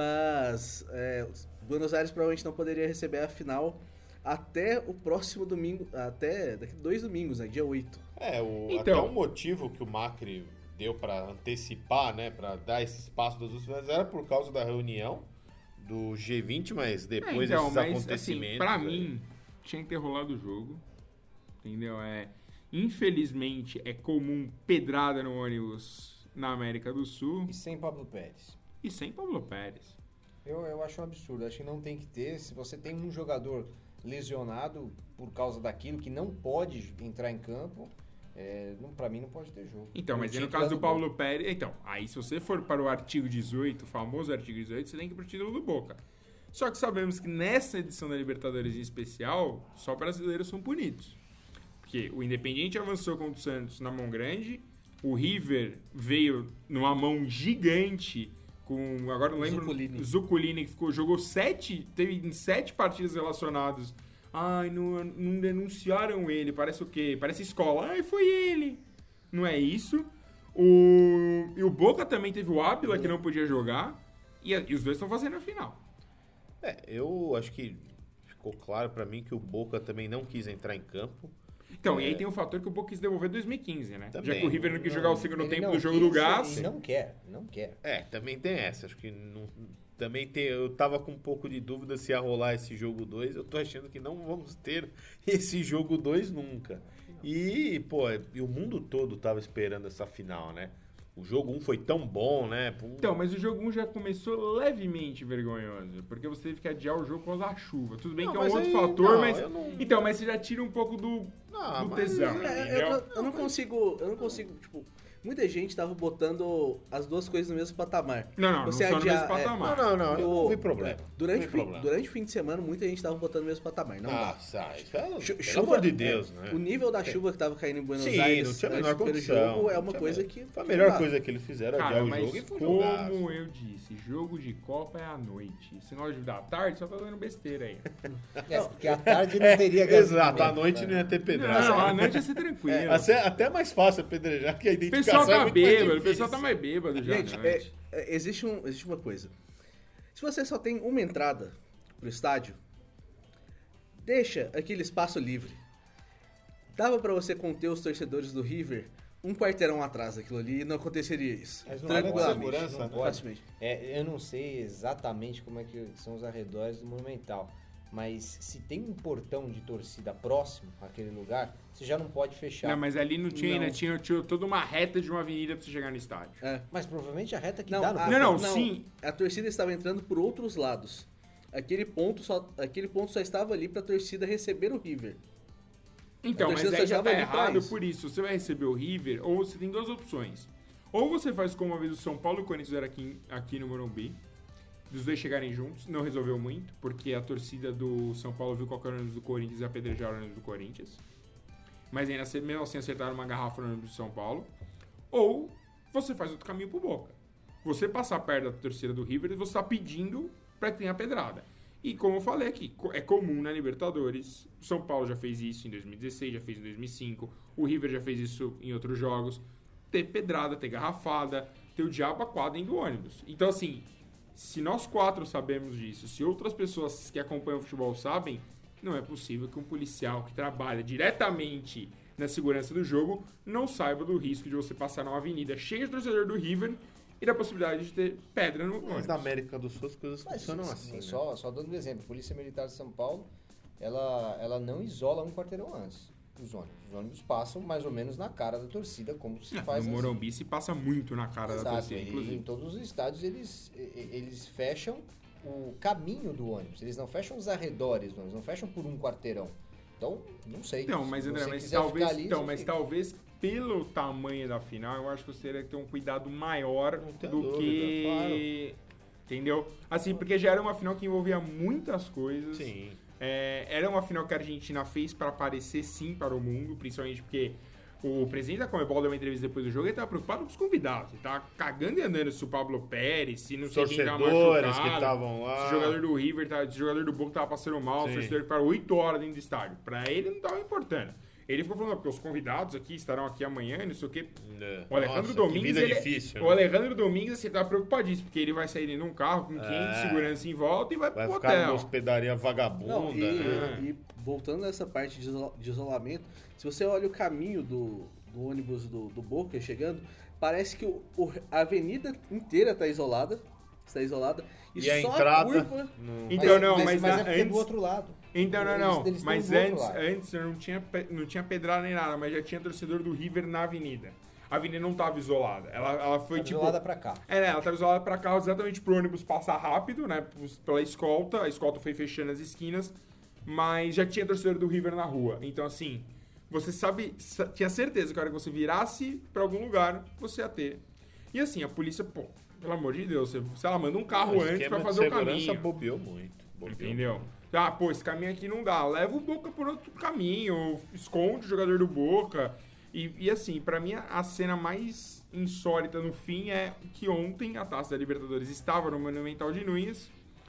Mas é, Buenos Aires provavelmente não poderia receber a final até o próximo domingo, até daqui dois domingos, né? Dia oito. É, o, Então- até o motivo que o Macri deu pra antecipar, né, pra dar esse espaço das duas finais era por causa da reunião do G vinte, mas depois É, então, desses mas, acontecimentos... assim, pra aí- mim, tinha que ter rolado o jogo, entendeu? É, infelizmente, é comum pedrada no ônibus na América do Sul E sem Pablo Pérez. e sem Pablo Pérez. Eu, eu acho um absurdo, acho que não tem que ter. Se você tem um jogador lesionado por causa daquilo, que não pode entrar em campo, é, não, pra mim não pode ter jogo. Então, Eu mas aí tinha no que caso dar do no Paulo Pérez... Então, aí se você for para o artigo dezoito, o famoso artigo dezoito, você tem que ir pro título do Boca. Só que sabemos que nessa edição da Libertadores em especial, só brasileiros são punidos. Porque o Independiente avançou contra o Santos na mão grande, o River veio numa mão gigante com... Agora não lembro... Zuculini. Zuculini, que ficou, jogou sete... Teve em sete partidas relacionadas. Ai, não, não denunciaram ele. Parece o quê? Parece escola. Ai, foi ele. Não é isso. O, e o Boca também teve o Ábila, que não podia jogar. E, a- e os dois estão fazendo a final. É, eu acho que ficou claro pra mim que o Boca também não quis entrar em campo. Então, e aí É. tem o fator que o Boca quis devolver dois mil e quinze, né? Também. Já que o River não quis jogar o segundo Ele tempo não do jogo quis, do Gás. Ele não quer, não quer. É, também tem essa. Acho que não, também tem. Eu tava com um pouco de dúvida se ia rolar esse jogo dois. Eu tô achando que não vamos ter esse jogo dois nunca. E, pô, e o mundo todo tava esperando essa final, né? O jogo um foi tão bom, né? Pô, Então, mas o jogo um já começou levemente vergonhoso, porque você teve que adiar o jogo por causa da chuva. Tudo bem Não, que é um mas outro aí- fator, não, mas... eu não- Então, mas você já tira um pouco do, Ah, do mas- tesão, É, entendeu? eu, eu não consigo, eu não consigo, tipo, muita gente tava botando as duas coisas no mesmo patamar. Não, não, Você não são no adiar- mesmo é, patamar. Não, não, não, eu não vi O- problema. é, durante, Não o vi fim, problema. durante o fim de semana, muita gente tava botando no mesmo patamar. Não dá. Nossa, isso é, Chu- pelo chuva- amor de Deus, é, né? O nível da chuva que tava caindo em Buenos Sim, Aires não tinha a antes menor do primeiro condição. jogo é não uma tinha coisa a que... menor- Foi a que melhor não dá. coisa que eles fizeram, adiar Cara, o mas jogo e foi um jogaço. como eu disse, jogo de Copa é à noite. Se nós da tarde, só tá dando besteira aí. É, porque à tarde não teria gasolina. Exato, à noite não ia ter pedrada. Não, à noite ia ser tranquilo. É, até, até mais fácil apedrejar, que a O identificação pessoal é tá muito mais bêbado, o difícil. pessoal tá mais bêbado já. Gente, à é- noite. é- existe, um, existe uma coisa. Se você só tem uma entrada pro estádio, deixa aquele espaço livre. Dava pra você conter os torcedores do River um quarteirão atrás daquilo ali e não aconteceria isso. Mas não é Tranquilamente. segurança, não né? pode. Facilmente. É, eu não sei exatamente como é que são os arredores do Monumental, mas se tem um portão de torcida próximo àquele lugar, você já não pode fechar. Não, mas ali não tinha, Não. ainda tinha, tinha toda uma reta de uma avenida pra você chegar no estádio. É. Mas provavelmente a reta que Não, dá no a- Não, não, sim. A torcida estava entrando por outros lados. Aquele ponto só, aquele ponto só estava ali pra torcida receber o River. Então, A mas torcida aí só já tá estava ali pra errado isso. por isso. Você vai receber o River, ou você tem duas opções. Ou você faz como uma vez o São Paulo e o Corinthians fizeram aqui, aqui no Morumbi, dos dois chegarem juntos, não resolveu muito, porque a torcida do São Paulo viu qual que era o ônibus do Corinthians e apedrejaram o ônibus do Corinthians. Mas ainda assim, mesmo assim acertaram uma garrafa no ônibus do São Paulo. Ou você faz outro caminho pro Boca. Você passar perto da torcida do River, você tá pedindo pra que tenha pedrada. E como eu falei aqui, co- é comum na Libertadores. O São Paulo já fez isso em dois mil e dezesseis, já fez em dois mil e cinco. O River já fez isso em outros jogos. Ter pedrada, ter garrafada, ter o diabo a quadra dentro do ônibus. Então, assim, se nós quatro sabemos disso, se outras pessoas que acompanham o futebol sabem, não é possível que um policial que trabalha diretamente na segurança do jogo não saiba do risco de você passar numa avenida cheia de torcedor do River e da possibilidade de ter pedra no Mas ônibus. na América do Sul as coisas Mas, funcionam assim, né? só, só dando um exemplo, a Polícia Militar de São Paulo, ela, ela não isola um quarteirão antes dos ônibus. Os ônibus passam mais ou menos na cara da torcida, como se faz No assim. Morumbi se passa muito na cara da Exato, torcida, e em inclusive. todos os estádios eles, e- eles fecham o caminho do ônibus, eles não fecham os arredores do ônibus, não fecham por um quarteirão. Então, não sei. Então, mas Se André, você mas quiser talvez, ficar ali, então, você mas fica. talvez pelo tamanho da final, eu acho que você teria que ter um cuidado maior Não tenho do dúvida, que... Entendeu? Assim, porque já era uma final que envolvia muitas coisas. Sim. É, era uma final que a Argentina fez para aparecer sim para o mundo, principalmente porque o presidente da Conmebol deu uma entrevista depois do jogo e ele tava preocupado com os convidados. Ele tava cagando e andando se o Pablo Pérez, se não Os sei quem tava torcedores machucado, que estavam lá. se o jogador do River, tá- se o jogador do Boca tava passando mal, se o Sim. torcedor que ficaram oito horas dentro do estádio. Pra ele não tava importando. Ele ficou falando, "Ah, porque os convidados aqui estarão aqui amanhã, e não sei o quê. O Alejandro Nossa, Domingues, que vida ele, difícil. o né? Alejandro Domingues, você tá preocupadíssimo, porque ele vai sair dentro de um carro com quinhentos É. de segurança em volta e vai, Vai pro ficar hotel. numa hospedaria vagabunda, Não, e, né? e voltando nessa parte de, isola- de isolamento, se você olha o caminho do, do ônibus do, do Boca chegando, parece que o, o- a avenida inteira está isolada, está isolada, e, E a só entrada a curva... no- Então, não, mas, mas é a- porque é antes... do outro lado. Então, não, Eles- não. eles estão Mas do outro antes, lado. antes não tinha, pe- não tinha pedrada nem nada, mas já tinha torcedor do River na avenida. A avenida não tava isolada. Ela, ela foi Tá tipo. isolada pra cá. É, né, ela tava isolada pra cá exatamente pro ônibus passar rápido, né? pros- Pela escolta. A escolta foi fechando as esquinas. Mas já tinha torcedor do River na rua. Então, assim, você sabe. sa- Tinha certeza que a hora que você virasse pra algum lugar, você ia ter. E assim, a polícia, pô, pelo amor de Deus, você, se ela manda um carro O antes esquema pra de fazer o segurança caminho. bobeou muito. Bobeou. Entendeu? Ah, pô, esse caminho aqui não dá. Leva o Boca por outro caminho, esconde o jogador do Boca. E, e assim, pra mim, a cena mais insólita no fim é que ontem a Taça da Libertadores estava no Monumental de Núñez,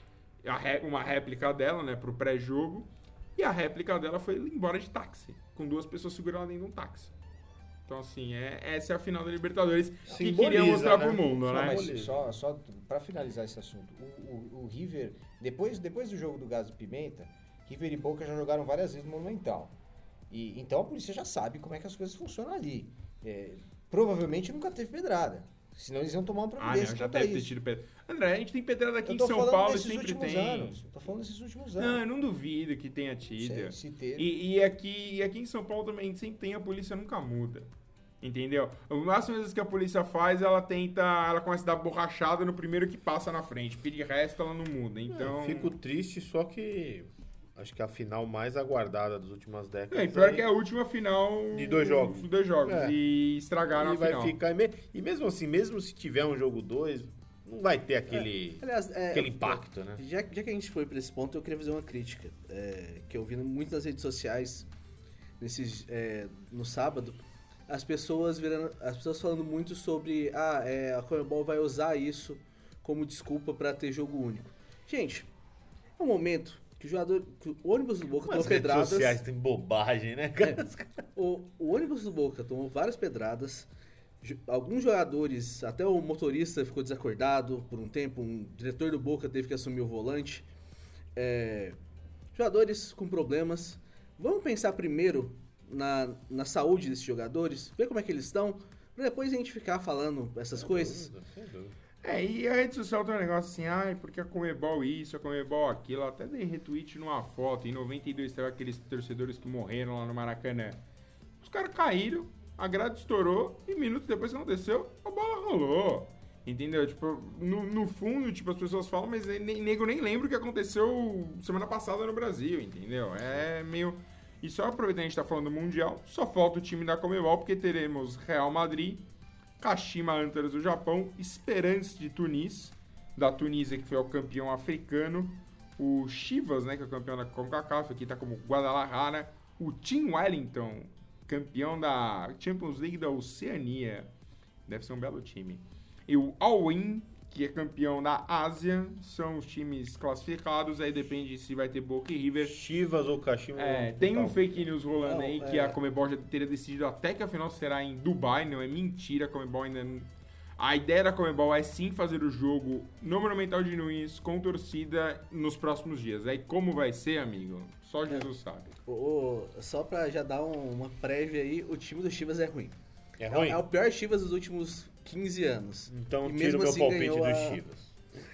a ré- uma réplica dela, né, pro pré-jogo, e a réplica dela foi embora de táxi, com duas pessoas segurando ela dentro de um táxi. Então, assim, é, essa é a final da Libertadores que Simboliza, queria mostrar né? pro mundo, Não, né? mas só, só para finalizar esse assunto, o, o, o River, depois, depois do jogo do Gás e Pimenta, River e Boca já jogaram várias vezes no Monumental. E, então a polícia já sabe como é que as coisas funcionam ali. É, provavelmente nunca teve pedrada. Senão eles iam tomar uma Ah, providência não, já quanto a deve ter isso. tido pedra. André, a gente tem pedrada aqui Eu em tô São falando Paulo e desses sempre últimos tem. anos. Eu tô falando desses últimos Não, anos. eu não duvido que tenha tido. Se, se ter. E, e aqui, e aqui em São Paulo também sempre tem, a polícia nunca muda. Entendeu? O máximo vezes que a polícia faz, ela tenta. Ela começa a dar borrachada no primeiro que passa na frente, porque de resto ela não muda. Então. Fico triste, só que acho que a final mais aguardada das últimas décadas. É, e pior aí. que é a última final De dois jogos. De dois jogos. É. E estragaram E a vai final. ficar. E mesmo assim, mesmo se tiver um jogo dois, não vai ter aquele, Aliás, é, aquele impacto, né? Já, já que a gente foi pra esse ponto, eu queria fazer uma crítica. é, que eu vi muito nas redes sociais nesses, é, no sábado. As pessoas, virando, as pessoas falando muito sobre ah, é, a Conmebol vai usar isso como desculpa pra ter jogo único. Gente, é um momento que o jogador. Que o ônibus do Boca Mas tomou as redes pedradas. sociais tem bobagem, né, cara? O, o ônibus do Boca tomou várias pedradas. Jo- Alguns jogadores, até o motorista ficou desacordado por um tempo. Um diretor do Boca teve que assumir o volante. É, jogadores com problemas. Vamos pensar primeiro na, na saúde desses jogadores, ver como é que eles estão, pra depois a gente ficar falando essas coisas. Sem dúvida. É, e a rede social tem um negócio assim, ai, porque a Conmebol isso, a Conmebol aquilo. Eu até dei retweet numa foto. Em noventa e dois teve aqueles torcedores que morreram lá no Maracanã. Os caras caíram, a grade estourou e minutos depois que aconteceu, a bola rolou. Entendeu? Tipo, no, no fundo, tipo, as pessoas falam, mas nem, nego nem lembra o que aconteceu semana passada no Brasil, entendeu? É meio... E só aproveitando que a gente tá falando do Mundial, só falta o time da Conmebol, porque teremos Real Madrid, Kashima Antlers do Japão, Esperance de Tunis, da Tunísia, que foi o campeão africano, o Chivas, né, que é o campeão da CONCACAF, aqui tá como Guadalajara, o Team Wellington, campeão da Champions League da Oceania, deve ser um belo time, e o Al-Ain, que é campeão da Ásia, são os times classificados, aí depende se vai ter Boca e River. Chivas ou Kashima. É, tem um fake news rolando Não, aí que é. a Conmebol já teria decidido até que a final será em Dubai, não é mentira, a Conmebol ainda não... A ideia da Conmebol é sim fazer o jogo no Monumental de Nunes com torcida nos próximos dias. Aí como vai ser, amigo? Só Jesus sabe. O- o- só pra já dar um- uma prévia aí, o time do Chivas é ruim. É É, ruim? é o pior Chivas dos últimos quinze anos. Então E tira mesmo o meu assim palpite ganhou do a- Chivas.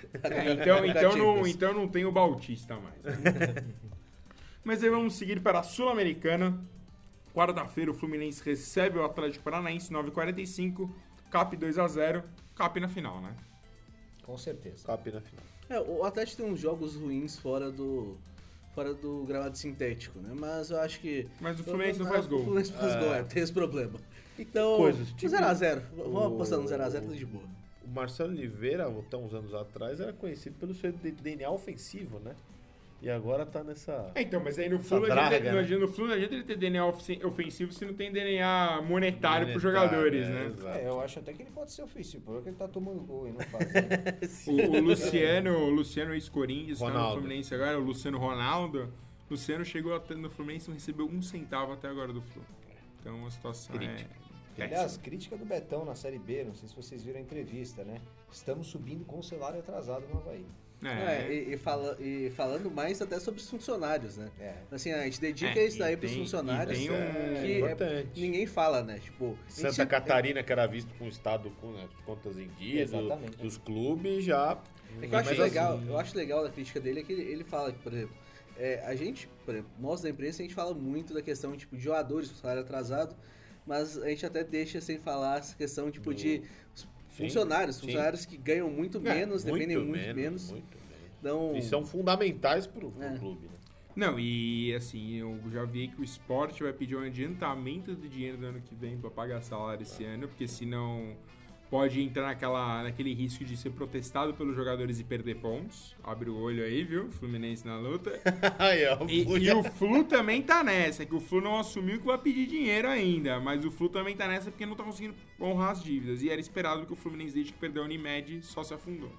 É, então, então, não, Champions. então não tem o Bautista mais. né? Mas aí vamos seguir para a Sul-Americana. Quarta-feira o Fluminense recebe o Atlético Paranaense, nove e quarenta e cinco. Cap dois a zero. Cap na final, né? Com certeza. Cap na final. É, o Atlético tem uns jogos ruins fora do fora do gramado sintético, né? Mas eu acho que... Mas o Fluminense não faz O gol. Fluminense faz É. gol, é, tem esse problema. Então, Coisas, tipo, zero a zero. Vamos o- apostar no zero a zero, tudo de boa. O Marcelo Oliveira, até uns anos atrás, era conhecido pelo seu D N A ofensivo, né? E agora tá nessa... É, então, mas aí no Essa Flu, não draga, adianta, não né? adianta- no Flu não adianta ele ter D N A ofici- ofensivo se não tem D N A monetário pros Monetário, jogadores, é, né? exato. É, eu acho até que ele pode ser ofensivo, porque ele tá tomando gol e não faz. Né? O, o Luciano, o Luciano ex-Corinthians, tá no Ronaldo. Fluminense agora, o Luciano Ronaldo. Luciano chegou até no Fluminense e não recebeu um centavo até agora do Flu. Então a situação Crítica. é... Aliás, péssima. crítica do Betão na Série B, não sei se vocês viram a entrevista, né? Estamos subindo com o salário atrasado no Havaí. É, É, e, e fala- e falando mais até sobre os funcionários, né? É. Assim, a gente dedica É, isso daí e pros tem- funcionários. e tem um- que É importante. é- ninguém fala, né? Tipo, a gente Santa sempre- Catarina, que era visto com o Estado com né, as contas em dia, do- Exatamente. dos clubes, já... É que eu acho Mas legal, assim, eu acho legal da crítica dele é que ele, ele fala que, por exemplo, é, a gente, por exemplo, nós da imprensa, a gente fala muito da questão tipo, de jogadores com salário atrasado, mas a gente até deixa sem falar essa questão tipo, Do- de Sim, funcionários, sim. funcionários que ganham muito menos, dependem muito menos. Muito menos. Então, E são fundamentais pro, pro É. clube, né? Não, e assim, eu já vi que o esporte vai pedir um adiantamento do dinheiro do ano que vem pra pagar salário esse ano, porque senão pode entrar naquela, naquele risco de ser protestado pelos jogadores e perder pontos. Abre o olho aí, viu? Fluminense na luta. Aí, ó, E, fui- e o Flu também tá nessa, que o Flu não assumiu que vai pedir dinheiro ainda, mas o Flu também tá nessa porque não tá conseguindo honrar as dívidas. E era esperado que o Fluminense, desde que perdeu a Unimed, só se afundou.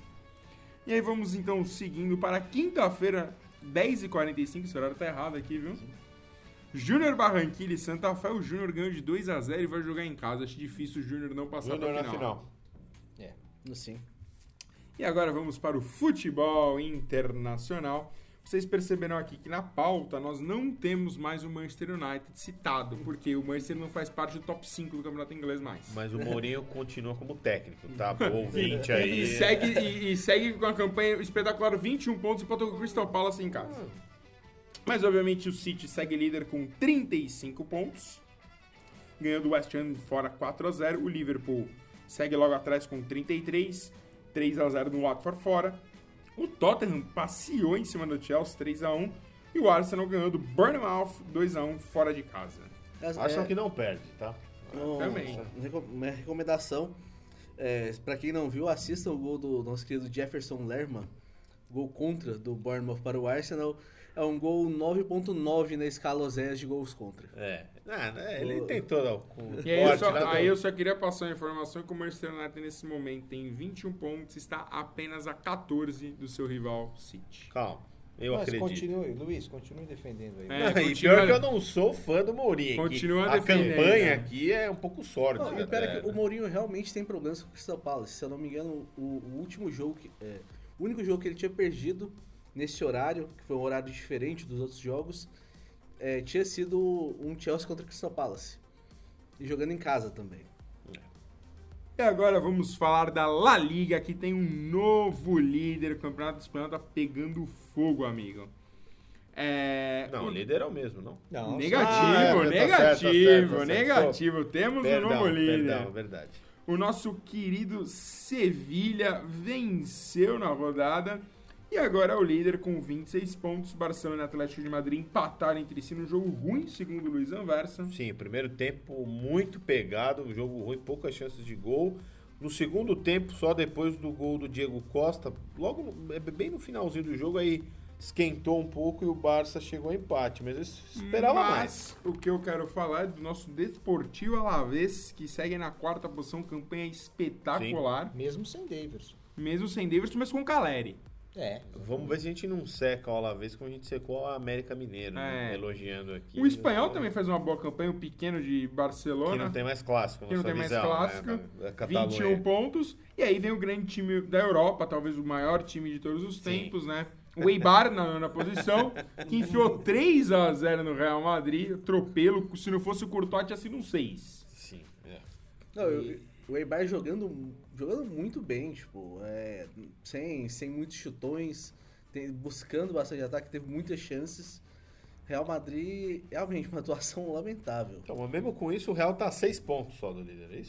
E aí vamos então seguindo para quinta-feira, dez e quarenta e cinco, esse horário tá errado aqui, viu? Júnior Barranquilla e Santa Fé, o Júnior ganhou de dois a zero e vai jogar em casa. Acho difícil o Júnior não passar Júnior pra na final. final. É. assim, E agora vamos para o futebol internacional. Vocês perceberam aqui que na pauta nós não temos mais o Manchester United citado, porque o Manchester não faz parte do top cinco do campeonato inglês mais. Mas o Mourinho continua como técnico, tá? Pro ouvinte aí. E segue, e, e segue com a campanha espetacular, vinte e um pontos, e botou com o Crystal Palace em casa. Mas obviamente o City segue líder com trinta e cinco pontos, ganhou do West Ham fora quatro a zero. O Liverpool segue logo atrás com trinta e três, três a zero no Watford fora. O Tottenham passeou em cima do Chelsea, três a um. E o Arsenal ganhou do Bournemouth dois a um fora de casa. Acham que não perde, tá? Um, Também. Uma recomendação, é, pra quem não viu, assista o gol do nosso querido Jefferson Lerma, gol contra do Bournemouth para o Arsenal. É um gol nove ponto nove na escala Oséias de gols contra. É, ah, né, ele tem todo o E aí, eu corte só, lá do- aí eu só queria passar a informação que o Manchester United nesse momento tem vinte e um pontos, está apenas a catorze do seu rival City. Calma, eu Mas acredito. continue, Luiz, continue defendendo aí. É, Não, e continua- pior que eu não sou fã do Mourinho. aqui. Continua A defendendo, campanha né? aqui é um pouco sórdida. Não, e o pior é né? que o Mourinho realmente tem problemas com o Crystal Palace. Se eu não me engano, o, o último jogo, que, é, o único jogo que ele tinha perdido nesse horário, que foi um horário diferente dos outros jogos, é, tinha sido um Chelsea contra o Crystal Palace. E jogando em casa também. E agora vamos falar da La Liga, que tem um novo líder. O Campeonato Espanhol tá pegando fogo, amigo. É... Não, o- o líder é o mesmo, não? Não, Negativo, Ah, é, tá certo, tá negativo, certo, tá certo. negativo. Temos Perdão, um novo líder. perdão, verdade. O nosso querido Sevilha venceu na rodada e agora é o líder com vinte e seis pontos. Barcelona e Atlético de Madrid empataram entre si num jogo ruim, segundo o Luiz Anversa. Sim, primeiro tempo muito pegado, um jogo ruim, poucas chances de gol. No segundo tempo, só depois do gol do Diego Costa, logo no- é bem no finalzinho do jogo, aí esquentou um pouco e o Barça chegou ao empate, mas eu esperava Mas mais. o que eu quero falar é do nosso Desportivo Alavés, que segue na quarta posição, campanha espetacular, Mesmo sem Davidson. mesmo sem Davidson, mas com Caleri. É. Vamos ver se a gente não seca o Alavés como a gente secou a América Mineiro, né? É. Elogiando aqui. O espanhol também faz uma boa campanha, o pequeno de Que Barcelona. não tem mais clássico, na Que não sua tem mais visão, clássico, né? Da- da Catalunha. vinte e um pontos. E aí vem o grande time da Europa, talvez o maior time de todos os tempos, né? O Eibar na nona posição, que enfiou três a zero no Real Madrid, atropelo. Se não fosse o Courtois, tinha sido um seis. Sim, é. Não, eu- o Eibar jogando, jogando muito bem, tipo, é, sem, sem muitos chutões, tem- buscando bastante ataque, teve muitas chances. Real Madrid, realmente, uma atuação lamentável. Então, mas mesmo com isso, o Real tá a seis pontos só do líder, é isso?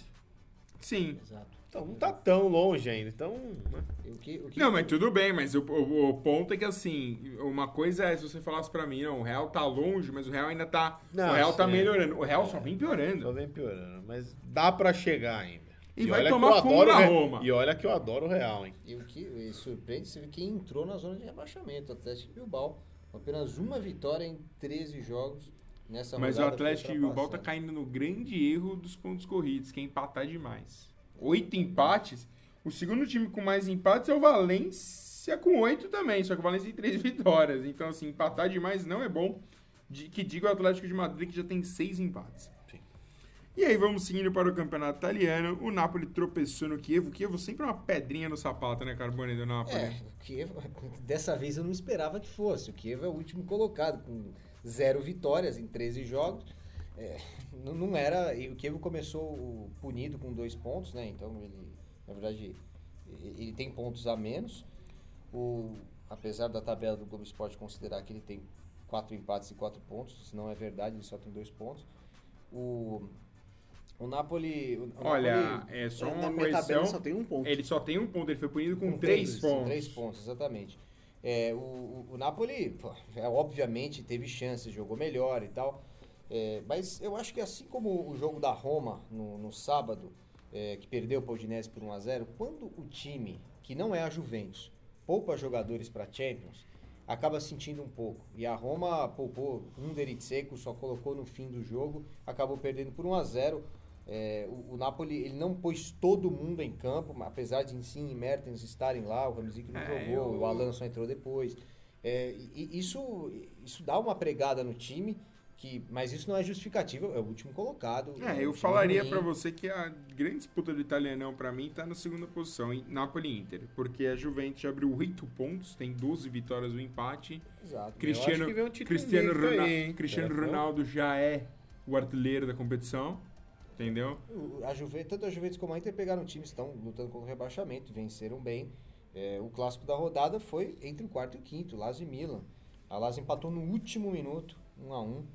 Sim. Exato. Então não tá tão longe ainda, então... né? E o que, o que Não, mas tudo bem, mas o, o- o ponto é que, assim, uma coisa é se você falasse pra mim, não, o Real tá longe, mas o Real ainda tá... Não, o Real tá sim. melhorando. O Real só vem Só piorando. vem piorando, mas dá pra chegar ainda. E vai olha tomar que eu fumo adoro na o Re- Roma. E olha que eu adoro o Real, hein? E o que e surpreende, você vê que entrou na zona de rebaixamento, o Atlético Bilbao. Com apenas uma vitória em treze jogos nessa Mas o rodada. Atlético foi de Bilbao tá ultrapassado. caindo no grande erro dos pontos corridos, que é empatar demais. Oito empates. O segundo time com mais empates é o Valência com oito também, só que o Valência tem três vitórias. Então, assim, empatar demais não é bom. De, que diga o Atlético de Madrid, que já tem seis empates. Sim. E aí vamos seguindo para o campeonato italiano. O Napoli tropeçou no Chievo. O Chievo sempre é uma pedrinha no sapato, né, Carbone, do Napoli? É, o Kiev, dessa vez eu não esperava que fosse. O Kiev é o último colocado, com zero vitórias em treze jogos. É, não, não era. E o Kiev começou o- punido com dois pontos, né? Então ele, na verdade, ele ele tem pontos a menos. O, apesar da tabela do Globo Esporte considerar que ele tem quatro empates e quatro pontos, isso não é verdade, ele só tem dois pontos. O, o Napoli. O Olha, Napoli, é só Na uma minha tabela correção. só tem um ponto. Ele só tem um ponto, ele foi punido com, Com três, três, pontos. Três pontos, exatamente. É, o, o, o Napoli, pô, é, obviamente, teve chances, jogou melhor e tal. É, mas eu acho que assim como o jogo da Roma no, no sábado, é, que perdeu para o Udinese por um a zero, quando o time, que não é a Juventus, poupa jogadores para Champions, acaba sentindo um pouco. E a Roma poupou um Deritseco, só colocou no fim do jogo, acabou perdendo por um a zero. É, o, o Napoli ele não pôs todo mundo em campo, mas apesar de Insigne e Mertens estarem lá, o Ramsey não É, jogou, eu- o Alan só entrou depois. É, e isso, isso dá uma pregada no time, que, mas isso não é justificativa, é o último colocado. É, um eu time falaria ruim. pra você que a grande disputa do italianão pra mim tá na segunda posição, em Napoli e Inter, porque a Juventus abriu oito pontos, tem doze vitórias e um empate. Exato. Cristiano, que vem um título Cristiano, invicto Rona- aí, hein? Cristiano É, Ronaldo já é o artilheiro da competição, entendeu? O- A Juventus, tanto a Juventus como a Inter pegaram times, estão lutando contra o rebaixamento, venceram bem. É, o clássico da rodada foi entre o quarto e o quinto, Lazio e Milan. A Lazio empatou no último minuto, um a um.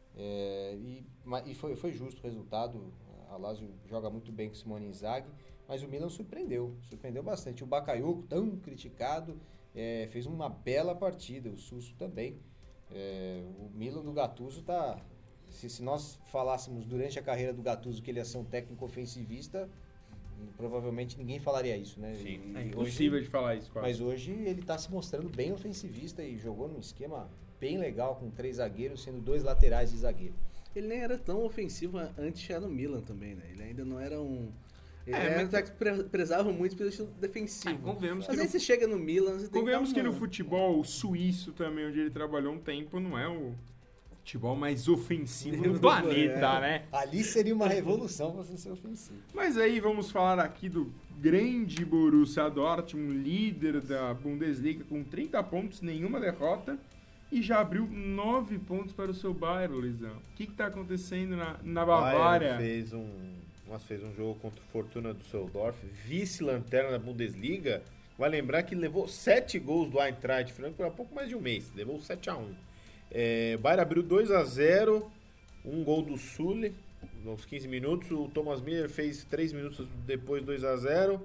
É, e ma- e foi, foi justo o resultado. A Lazio joga muito bem com Simone Inzaghi, mas o Milan surpreendeu, surpreendeu bastante. O Bakayoko, tão criticado, é, fez uma bela partida, o Susso também. É, o Milan do Gattuso tá... Se, se nós falássemos durante a carreira do Gattuso que ele ia ser um técnico ofensivista, provavelmente ninguém falaria isso, né? Sim. E- É e impossível hoje- de falar isso, quase. Mas hoje ele está se mostrando bem ofensivista e jogou num esquema bem legal, com três zagueiros, sendo dois laterais de zagueiro. Ele nem era tão ofensivo antes de chegar no Milan também, né? Ele ainda não era um... Ele É, era mas- um técnico que pre- prezava muito pelo estilo defensivo. É, convenhamos Mas que aí no- você chega no Milan, você tem Convenhamos que que dar no uma- futebol suíço também, onde ele trabalhou um tempo, não é o futebol mais ofensivo do Do planeta, planeta. né? Ali seria uma revolução você ser ofensivo. Mas aí vamos falar aqui do grande Borussia Dortmund, líder da Bundesliga, com trinta pontos, nenhuma derrota, e já abriu nove pontos para o seu Bayern, Luizão. O que está acontecendo na, na Bavária? Bayern fez um, mas fez um jogo contra o Fortuna Düsseldorf, vice-lanterna da Bundesliga. Vai lembrar que levou sete gols do Eintracht Frankfurt há pouco mais de um mês. Levou sete a um. É, o Bayern abriu dois a zero, um gol do Sully, nos quinze minutos. O Thomas Müller fez três minutos depois dois a zero.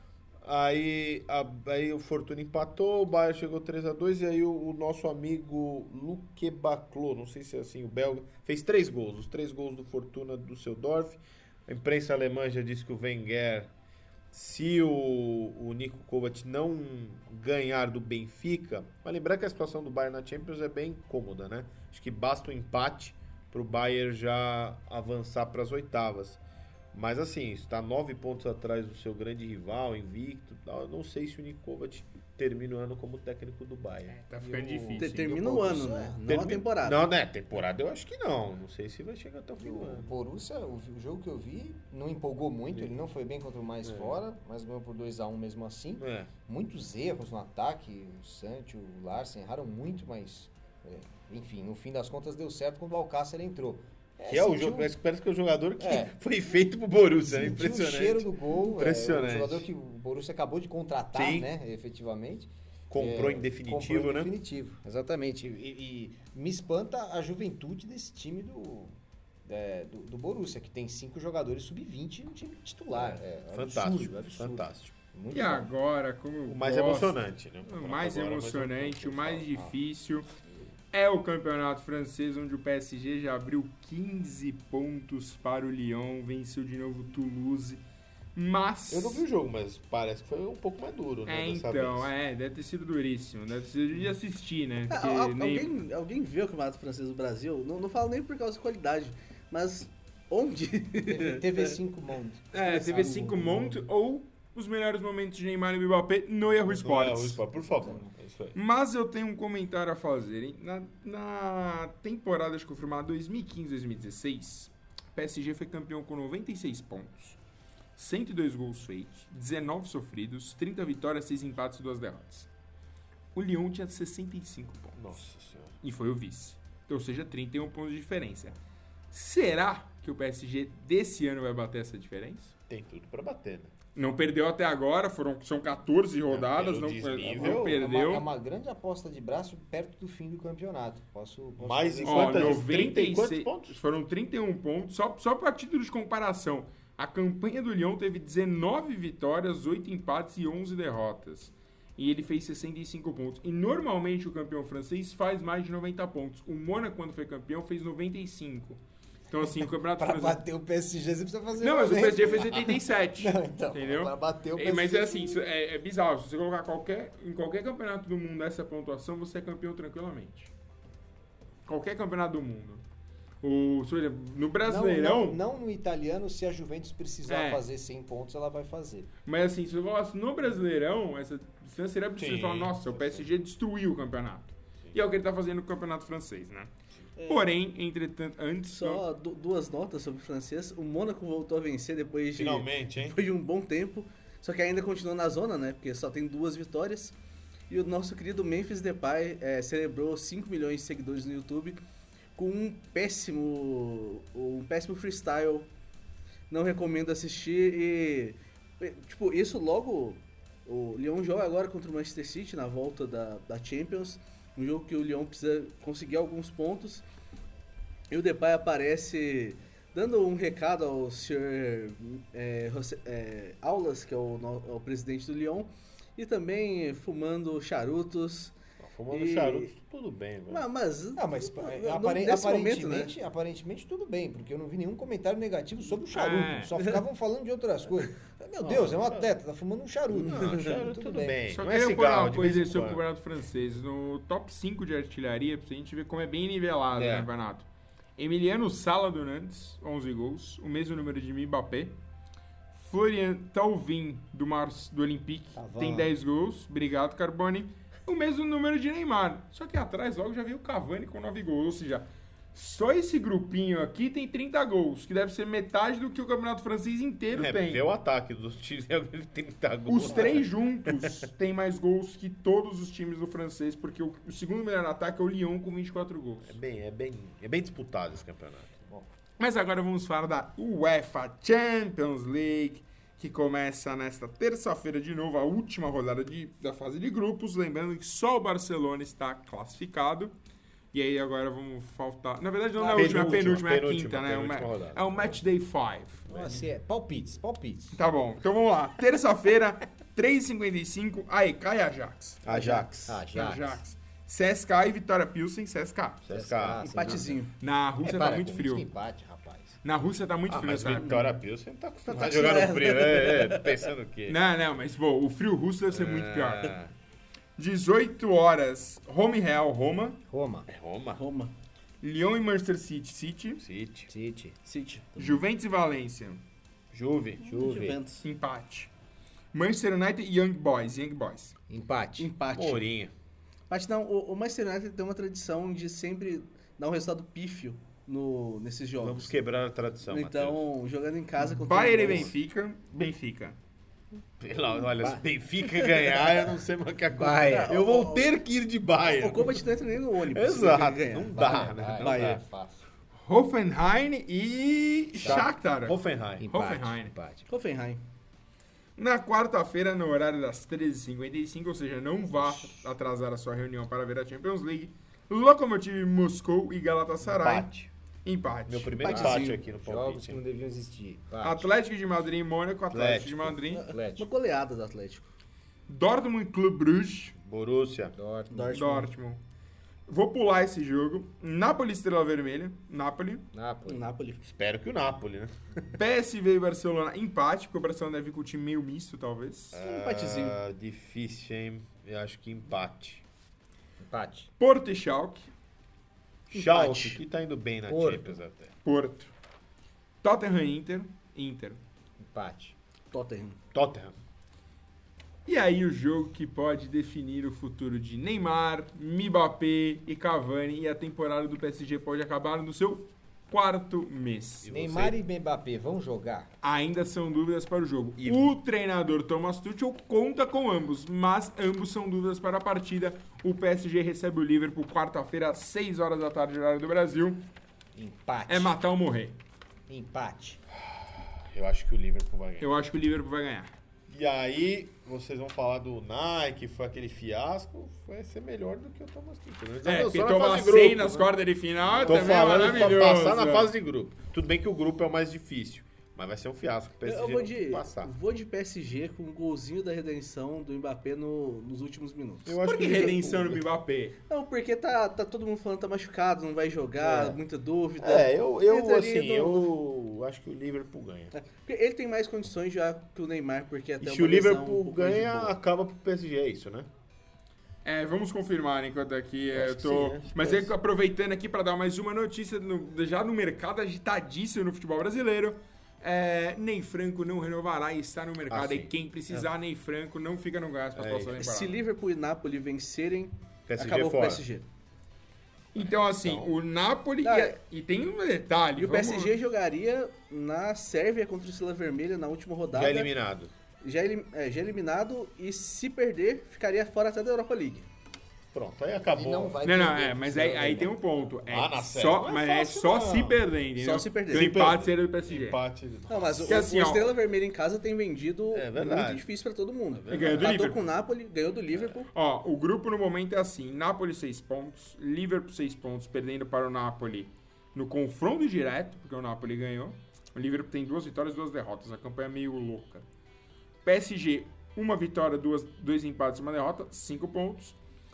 Aí, a- aí o Fortuna empatou, o Bayern chegou três a dois e aí o, o nosso amigo Luque Baclot, não sei se é assim, o belga, fez três gols, os três gols do Fortuna Düsseldorf. A imprensa alemã já disse que o Wenger, se o, o Niko Kovac não ganhar do Benfica, vai lembrar que a situação do Bayern na Champions é bem cômoda, né? Acho que basta um empate para o Bayern já avançar para as oitavas. Mas assim, está nove pontos atrás do seu grande rival, invicto. Tal. Não sei se o Niko Kovac termina o ano como técnico do Bayern. Tá ficando E o- difícil. Te- Sim, Termina o o ano, Borussia- né? Não a Termina- temporada. Não, né? Temporada eu acho que não. Não sei se vai chegar até o fim do O ano. Borussia, o, o jogo que eu vi, não empolgou muito, ele não foi bem contra o mais É. fora, mas ganhou por dois a um mesmo assim. É. Muitos erros no ataque, o Sancho, o Larsen erraram muito, mas é, enfim, no fim das contas deu certo quando o Alcácer entrou. Que é o sentiu- jogo, parece, parece que é o jogador que É. foi feito pro Borussia, né? sentiu o Impressionante. cheiro do gol, Impressionante. é, um jogador que o Borussia acabou de contratar, Sim. né, efetivamente. Comprou É, em definitivo, comprou em né? definitivo, exatamente. E, e me espanta a juventude desse time do, é, do, do Borussia, que tem cinco jogadores sub vinte no time titular. É, Fantástico, absurdo, absurdo. fantástico. Muito E bom. agora, como eu O mais gosto, emocionante, né? o mais Agora, emocionante, o mais Ah. difícil é o campeonato francês, onde o P S G já abriu quinze pontos para o Lyon, venceu de novo o Toulouse, mas... Eu não vi o jogo, mas parece que foi um pouco mais duro, né? É, dessa então, vez. é, deve ter sido duríssimo, deve ter sido de assistir, né? Ah, Porque al- nem- alguém, alguém viu o Campeonato Francês do Brasil? Não, não falo nem por causa da qualidade, mas onde? T V cinco Monde. É, T V cinco Monte ou os melhores momentos de Neymar e Mbappé no Yahoo Não é, Sports. o Sport, por favor. É isso aí. Mas eu tenho um comentário a fazer, hein? Na, na temporada de confirmada dois mil e quinze, dois mil e dezesseis, o P S G foi campeão com noventa e seis pontos, cento e dois gols feitos, dezenove sofridos, trinta vitórias, seis empates e duas derrotas. O Lyon tinha sessenta e cinco pontos Nossa senhora. e foi o vice. Então, ou seja, trinta e um pontos de diferença. Será que o P S G desse ano vai bater essa diferença? Tem tudo pra bater, né? Não perdeu até agora, foram, são quatorze rodadas, pelo não, desnível, não É uma, perdeu. é uma grande aposta de braço perto do fim do campeonato. Posso, posso Mais fazer em isso? Ó, quantas? noventa e trinta e quantos seis pontos? Foram trinta e um pontos. Só, só para título de comparação, a campanha do Lyon teve dezenove vitórias, oito empates e onze derrotas. E ele fez sessenta e cinco pontos. E normalmente o campeão francês faz mais de noventa pontos. O Mônaco, quando foi campeão, fez noventa e cinco. Então, assim, o campeonato Pra francês... bater o P S G, você precisa fazer Não, mas o noventa. P S G fez oitenta e sete. Não, então, entendeu? pra bater o É, P S G. mas é assim, isso é, é bizarro. Se você colocar qualquer, em qualquer campeonato do mundo essa pontuação, você é campeão tranquilamente. Qualquer campeonato do mundo. O, se olha, no Não, Brasileirão... não, não no italiano, se a Juventus precisar É. fazer cem pontos, ela vai fazer. Mas assim, se eu falasse no Brasileirão, essa distância seria preciso Sim, falar, nossa, o P S G destruiu o campeonato. E é o que ele tá fazendo no campeonato francês, né? Porém, entretanto, antes... Só du- duas notas sobre o francês. O Mônaco voltou a vencer depois de, Finalmente, hein? depois de um bom tempo. Só que ainda continua na zona, né? Porque só tem duas vitórias. E o nosso querido Memphis Depay é, celebrou cinco milhões de seguidores no YouTube com um péssimo, um péssimo freestyle. Não recomendo assistir. E, tipo, isso logo... O Lyon joga agora contra o Manchester City na volta da, da Champions. Um jogo que o Lyon precisa conseguir alguns pontos. E o Depay aparece dando um recado ao senhor é, José- é, Aulas, que é o, no- é o presidente do Lyon, e também fumando charutos. fumando E- charuto, tudo bem, velho. Mas, mas, Ah, mas não- é, não- aparen- nesse aparentemente, momento, né? aparentemente tudo bem, porque eu não vi nenhum comentário negativo sobre o charuto. É. Só ficavam falando de outras coisas. Meu Deus, é um atleta, tá fumando um charuto. Não, charuto tudo bem. Só Não é queria pôr cigarro, uma de coisa vez aí em sobre o quando. campeonato francês. No top cinco de artilharia, pra gente ver como é bem nivelado É. o campeonato. Emiliano Sala do Nantes, onze gols. O mesmo número de Mbappé. Florian Thauvin, do, Mars, do Olympique, Thauvin. tem dez gols. Obrigado, Carboni. O mesmo número de Neymar. Só que atrás logo já veio o Cavani com nove gols. Ou seja, só esse grupinho aqui tem trinta gols, que deve ser metade do que o campeonato francês inteiro É, tem. vê o ataque dos times, ele tem trinta gols. Os três juntos têm mais gols que todos os times do francês, porque o, o segundo melhor ataque é o Lyon com vinte e quatro gols. É bem, é bem, é bem disputado esse campeonato. Mas agora vamos falar da UEFA Champions League, que começa nesta terça-feira de novo, a última rodada de, da fase de grupos. Lembrando que só o Barcelona está classificado. E aí agora vamos faltar... Na verdade não é a última, é a penúltima, é a penúltima, quinta, né? É o penúltima ma- rodada. É o Match Day cinco. Nossa, é palpites, palpites. Tá bom, então vamos lá. Terça-feira, três e cinquenta e cinco, A E K e Ajax. Ajax. Ah, já. Ajax. C S K e Vitória Pilsen, C S K. C S K. Empatezinho. Na Rússia É, tá para, muito com frio. isso que empate, rapaz. Na Rússia tá muito Ah, frio, mas sabe? Vitória Pilsen tá acostumado Tá a jogar no tirando. frio. É, é, pensando o quê? Não, não, mas pô, o frio russo deve ser muito pior. Ah, dezoito horas, Home Real, Roma. Roma, é Roma. Roma. Lyon e Manchester City, City. City. City, City. Juventus e Valência, Juve. Juve, Juventus. empate. Manchester United e Young Boys, Young Boys. empate. Empate. Mourinho. Mas não, o, o Manchester United tem uma tradição de sempre dar um resultado pífio no, nesses jogos. Vamos quebrar a tradição, Matheus. Então, jogando em casa contra Bayern e o Boys. Benfica, Benfica. Pela- Olha, se Benfica ganhar, eu não sei mais o que Bayern. acontece. Eu vou ter que ir de Bayern. O Kovac não entra nem no ônibus. Exato. se ele ganhar. Não dá, Vai, né? vai, Não vai, dá. é fácil. Hoffenheim e Shakhtar. Hoffenheim. Empate, Hoffenheim. empate. Hoffenheim. Na quarta-feira, no horário das treze e cinquenta e cinco, ou seja, não vá atrasar a sua reunião para ver a Champions League. Lokomotiv Moscou e Galatasaray. Empate. Empate. Meu primeiro Empatezinho. empate aqui no Jogos palpite. que não deviam existir. Empate. Atlético de Madrid e Mônaco, Atlético, Atlético. de Madrid. Uma Atlético. goleada do Atlético. Dortmund Clube Bruges, Borussia. Dortmund. Dortmund. Dortmund. Vou pular esse jogo. Napoli Estrela Vermelha, Napoli. Napoli. Napoli. Espero que o Napoli, né? P S V e Barcelona, empate, porque o Barcelona deve vir com o time meio misto, talvez. empatezinho. Ah, difícil, hein? Eu acho que empate. Empate. Porto e Schalke, Schalke, que tá indo bem na Porto. Champions até. Porto. Tottenham e Inter, Inter. Empate. Tottenham. Tottenham. E aí o jogo que pode definir o futuro de Neymar, Mbappé e Cavani, e a temporada do P S G pode acabar no seu quarto mês. E Neymar você? e Mbappé vão jogar? Ainda são dúvidas para o jogo. E- O treinador Thomas Tuchel conta com ambos, mas ambos são dúvidas para a partida. O P S G recebe o Liverpool quarta-feira às seis horas da tarde, horário do Brasil. Empate. É matar ou morrer. Empate. Eu acho que o Liverpool vai ganhar. Eu acho que o Liverpool vai ganhar. E aí, vocês vão falar do Nike, foi aquele fiasco, vai ser melhor do que o Thomas Tuchel. Ele já É, avançou que na toma fase de cem grupo, nas né? quartas de final, Tô também é falando pra maravilhoso. passar na fase de grupo. Tudo bem que o grupo é o mais difícil, mas vai ser um fiasco. O P S G Eu vou não de, passar. vou de P S G com um golzinho da redenção do Mbappé no- nos últimos minutos. Eu acho Por que o Liverpool- redenção no Mbappé? Não, porque tá, tá todo mundo falando que tá machucado, não vai jogar, É. muita dúvida. É, eu, eu Entra ali assim, no- eu acho que o Liverpool ganha. É, porque ele tem mais condições já que o Neymar, porque até E uma se o lesão um Liverpool pouco mais de ganha, boa. acaba pro P S G, é isso, né? É, vamos confirmar enquanto aqui é, eu Acho que tô. sim, acho que Mas é aí, isso. aproveitando aqui para dar mais uma notícia, no- já no mercado agitadíssimo no futebol brasileiro. É, Ney Franco não renovará e está no mercado. Ah, e sim. quem precisar, Ney Franco não fica no gás para a É próxima isso. temporada. Se Liverpool e Napoli vencerem, P S G acabou com o fora. P S G. Então, assim, Então- o Napoli. Ah, e, e tem um detalhe. E o vamos- P S G jogaria na Sérvia contra o Estrela Vermelha na última rodada. Já eliminado. Já, elim- é, já eliminado e se perder, ficaria fora até da Europa League. Pronto, aí acabou. E não vai Não, não, perder, é, mas senão aí, aí não tem vai. um ponto. É Ah, na só, Sérvia não é mas é fácil, só não. se perder, entendeu? Só se perder. O Se empate seria do P S G. Empate. Não, mas Porque o, assim, o ó- Estrela Vermelha em casa tem vendido É verdade. muito difícil pra todo mundo. E ganhou do Empatou Liverpool. com o Napoli, ganhou do Liverpool. Ó, o grupo no momento é assim: Napoli seis pontos, Liverpool seis pontos, perdendo para o Napoli no confronto direto, porque o Napoli ganhou. O Liverpool tem duas vitórias e duas derrotas, a campanha é meio louca. P S G, uma vitória, duas, dois empates e uma derrota, cinco pontos.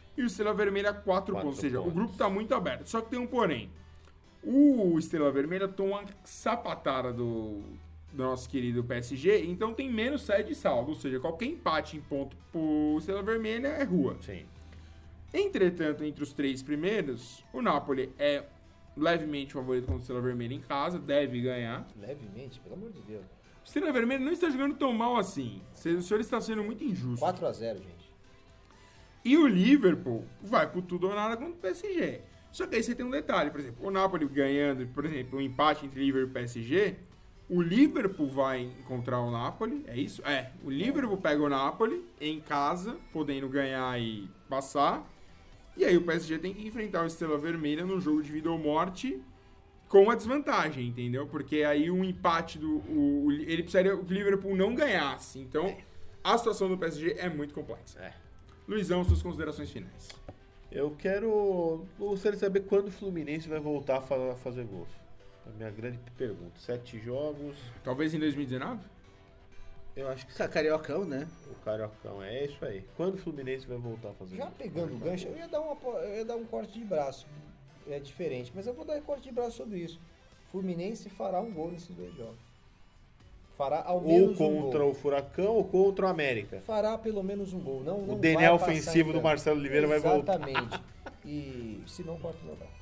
e o Estrela Vermelha quatro pontos. Ou seja, pontos. o grupo tá muito aberto. Só que tem um porém. O Estrela Vermelha toma uma sapatada do, do nosso querido P S G, então tem menos sete de saldo. Ou seja, qualquer empate em ponto pro Estrela Vermelha é rua. Sim. Entretanto, entre os três primeiros, o Napoli é levemente favorito contra o Estrela Vermelha em casa, deve ganhar. Levemente, pelo amor de Deus. O Estrela Vermelha não está jogando tão mal assim. O senhor está sendo muito injusto. quatro a zero, gente. E o Liverpool vai pro tudo ou nada contra o P S G. Só que aí você tem um detalhe, por exemplo, o Napoli ganhando, por exemplo, um empate entre Liverpool e P S G, o Liverpool vai encontrar o Napoli, é isso? É, o Liverpool pega o Napoli em casa, podendo ganhar e passar, e aí o P S G tem que enfrentar o Estrela Vermelha no jogo de vida ou morte com a desvantagem, entendeu? Porque aí o empate do... O, o- ele precisaria que o Liverpool não ganhasse, então a situação do P S G é muito complexa. É. Luizão, suas considerações finais. Eu quero. Gostaria de saber quando o Fluminense vai voltar a fa- a fazer gols. É a minha grande pergunta. Sete jogos. Talvez em dois mil e dezenove? Eu acho que Ca- Cariocão, né? o Cariocão é isso aí. Quando o Fluminense vai voltar a fazer Já gols? pegando o gancho, eu ia, dar uma, po- eu ia dar um corte de braço. É diferente, mas eu vou dar corte de braço sobre isso. Fluminense fará um gol nesses dois jogos. Fará ao Ou menos um contra gol. o Furacão ou contra o América. Fará pelo menos um gol. Não, não O D N A vai passar ofensivo em do branco. Marcelo Oliveira vai voltar. Exatamente. E se não, corta o meu braço.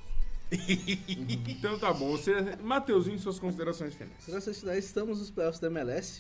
Então tá bom. Você, Mateuzinho, suas considerações finais. Nessas finais estamos nos playoffs da M L S.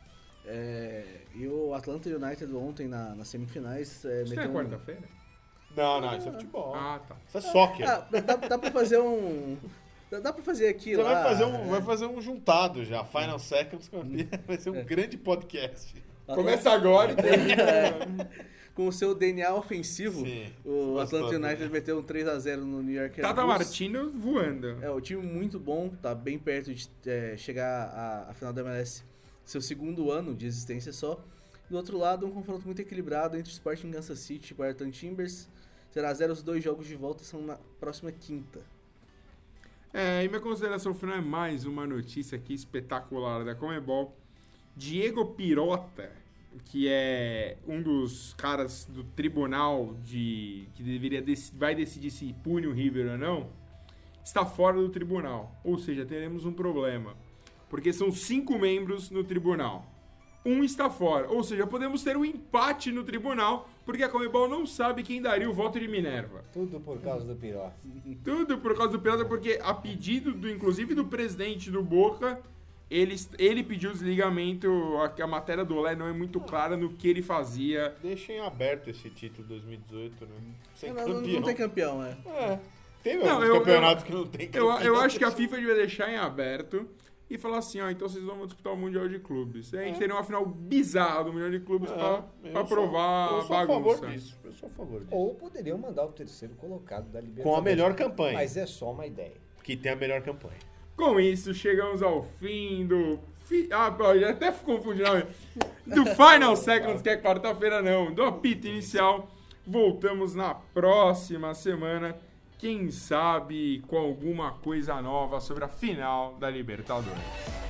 É, e o Atlanta United ontem na, nas semifinais é, Isso não é meteu um- quarta-feira? Não, não, isso é futebol. Ah, tá. Isso é soccer. Ah, dá, dá pra fazer um. Dá, dá pra fazer aqui Você lá. vai fazer, um, é, vai fazer um juntado já. Final Seconds vai ser um É. grande podcast. Atlanta- Começa agora e termina. Com o seu D N A ofensivo, Sim, o gostou, Atlanta United né? meteu um três a zero no New York Red Tata Bulls. Martino voando. É, o time muito bom, tá bem perto de é, chegar à, à final da M L S, seu segundo ano de existência só. Do outro lado, um confronto muito equilibrado entre o Sporting Kansas City e o Barton Timbers. Será zero, os dois jogos de volta são na próxima quinta. É, e minha consideração final é mais uma notícia aqui espetacular da Comebol. Diego Pirota, que é um dos caras do tribunal de que deveria dec- vai decidir se pune o River ou não, está fora do tribunal. Ou seja, teremos um problema. Porque são cinco membros no tribunal. Um está fora. Ou seja, podemos ter um empate no tribunal, porque a Comebol não sabe quem daria o voto de Minerva. Tudo por causa do Pirota. Tudo por causa do Pirata, porque a pedido, do, inclusive, do presidente do Boca, ele, ele pediu o desligamento, a, a matéria do Olé não é muito clara no que ele fazia. Deixem aberto esse título dois mil e dezoito, né? Sem Não, não, campeão. não tem campeão, né? É. Tem Não, alguns eu- campeonatos eu- que não tem Eu, campeão. eu acho que a FIFA devia deixar em aberto e falar assim, ó, então vocês vão disputar o Mundial de Clubes. Aí a gente teria uma final bizarra do Mundial de Clubes É, pra, eu pra sou- provar eu a sou a favor bagunça. disso. Eu sou a favor disso. Ou poderiam mandar o terceiro colocado da Libertadores. Com a melhor campanha. Mas é só uma ideia. Que tem a melhor campanha. Com isso, chegamos ao fim do... fi- Ah, pô, já até confundi o nome. Do Final Seconds, que é quarta-feira não. Do apito inicial. Voltamos na próxima semana. Quem sabe com alguma coisa nova sobre a final da Libertadores.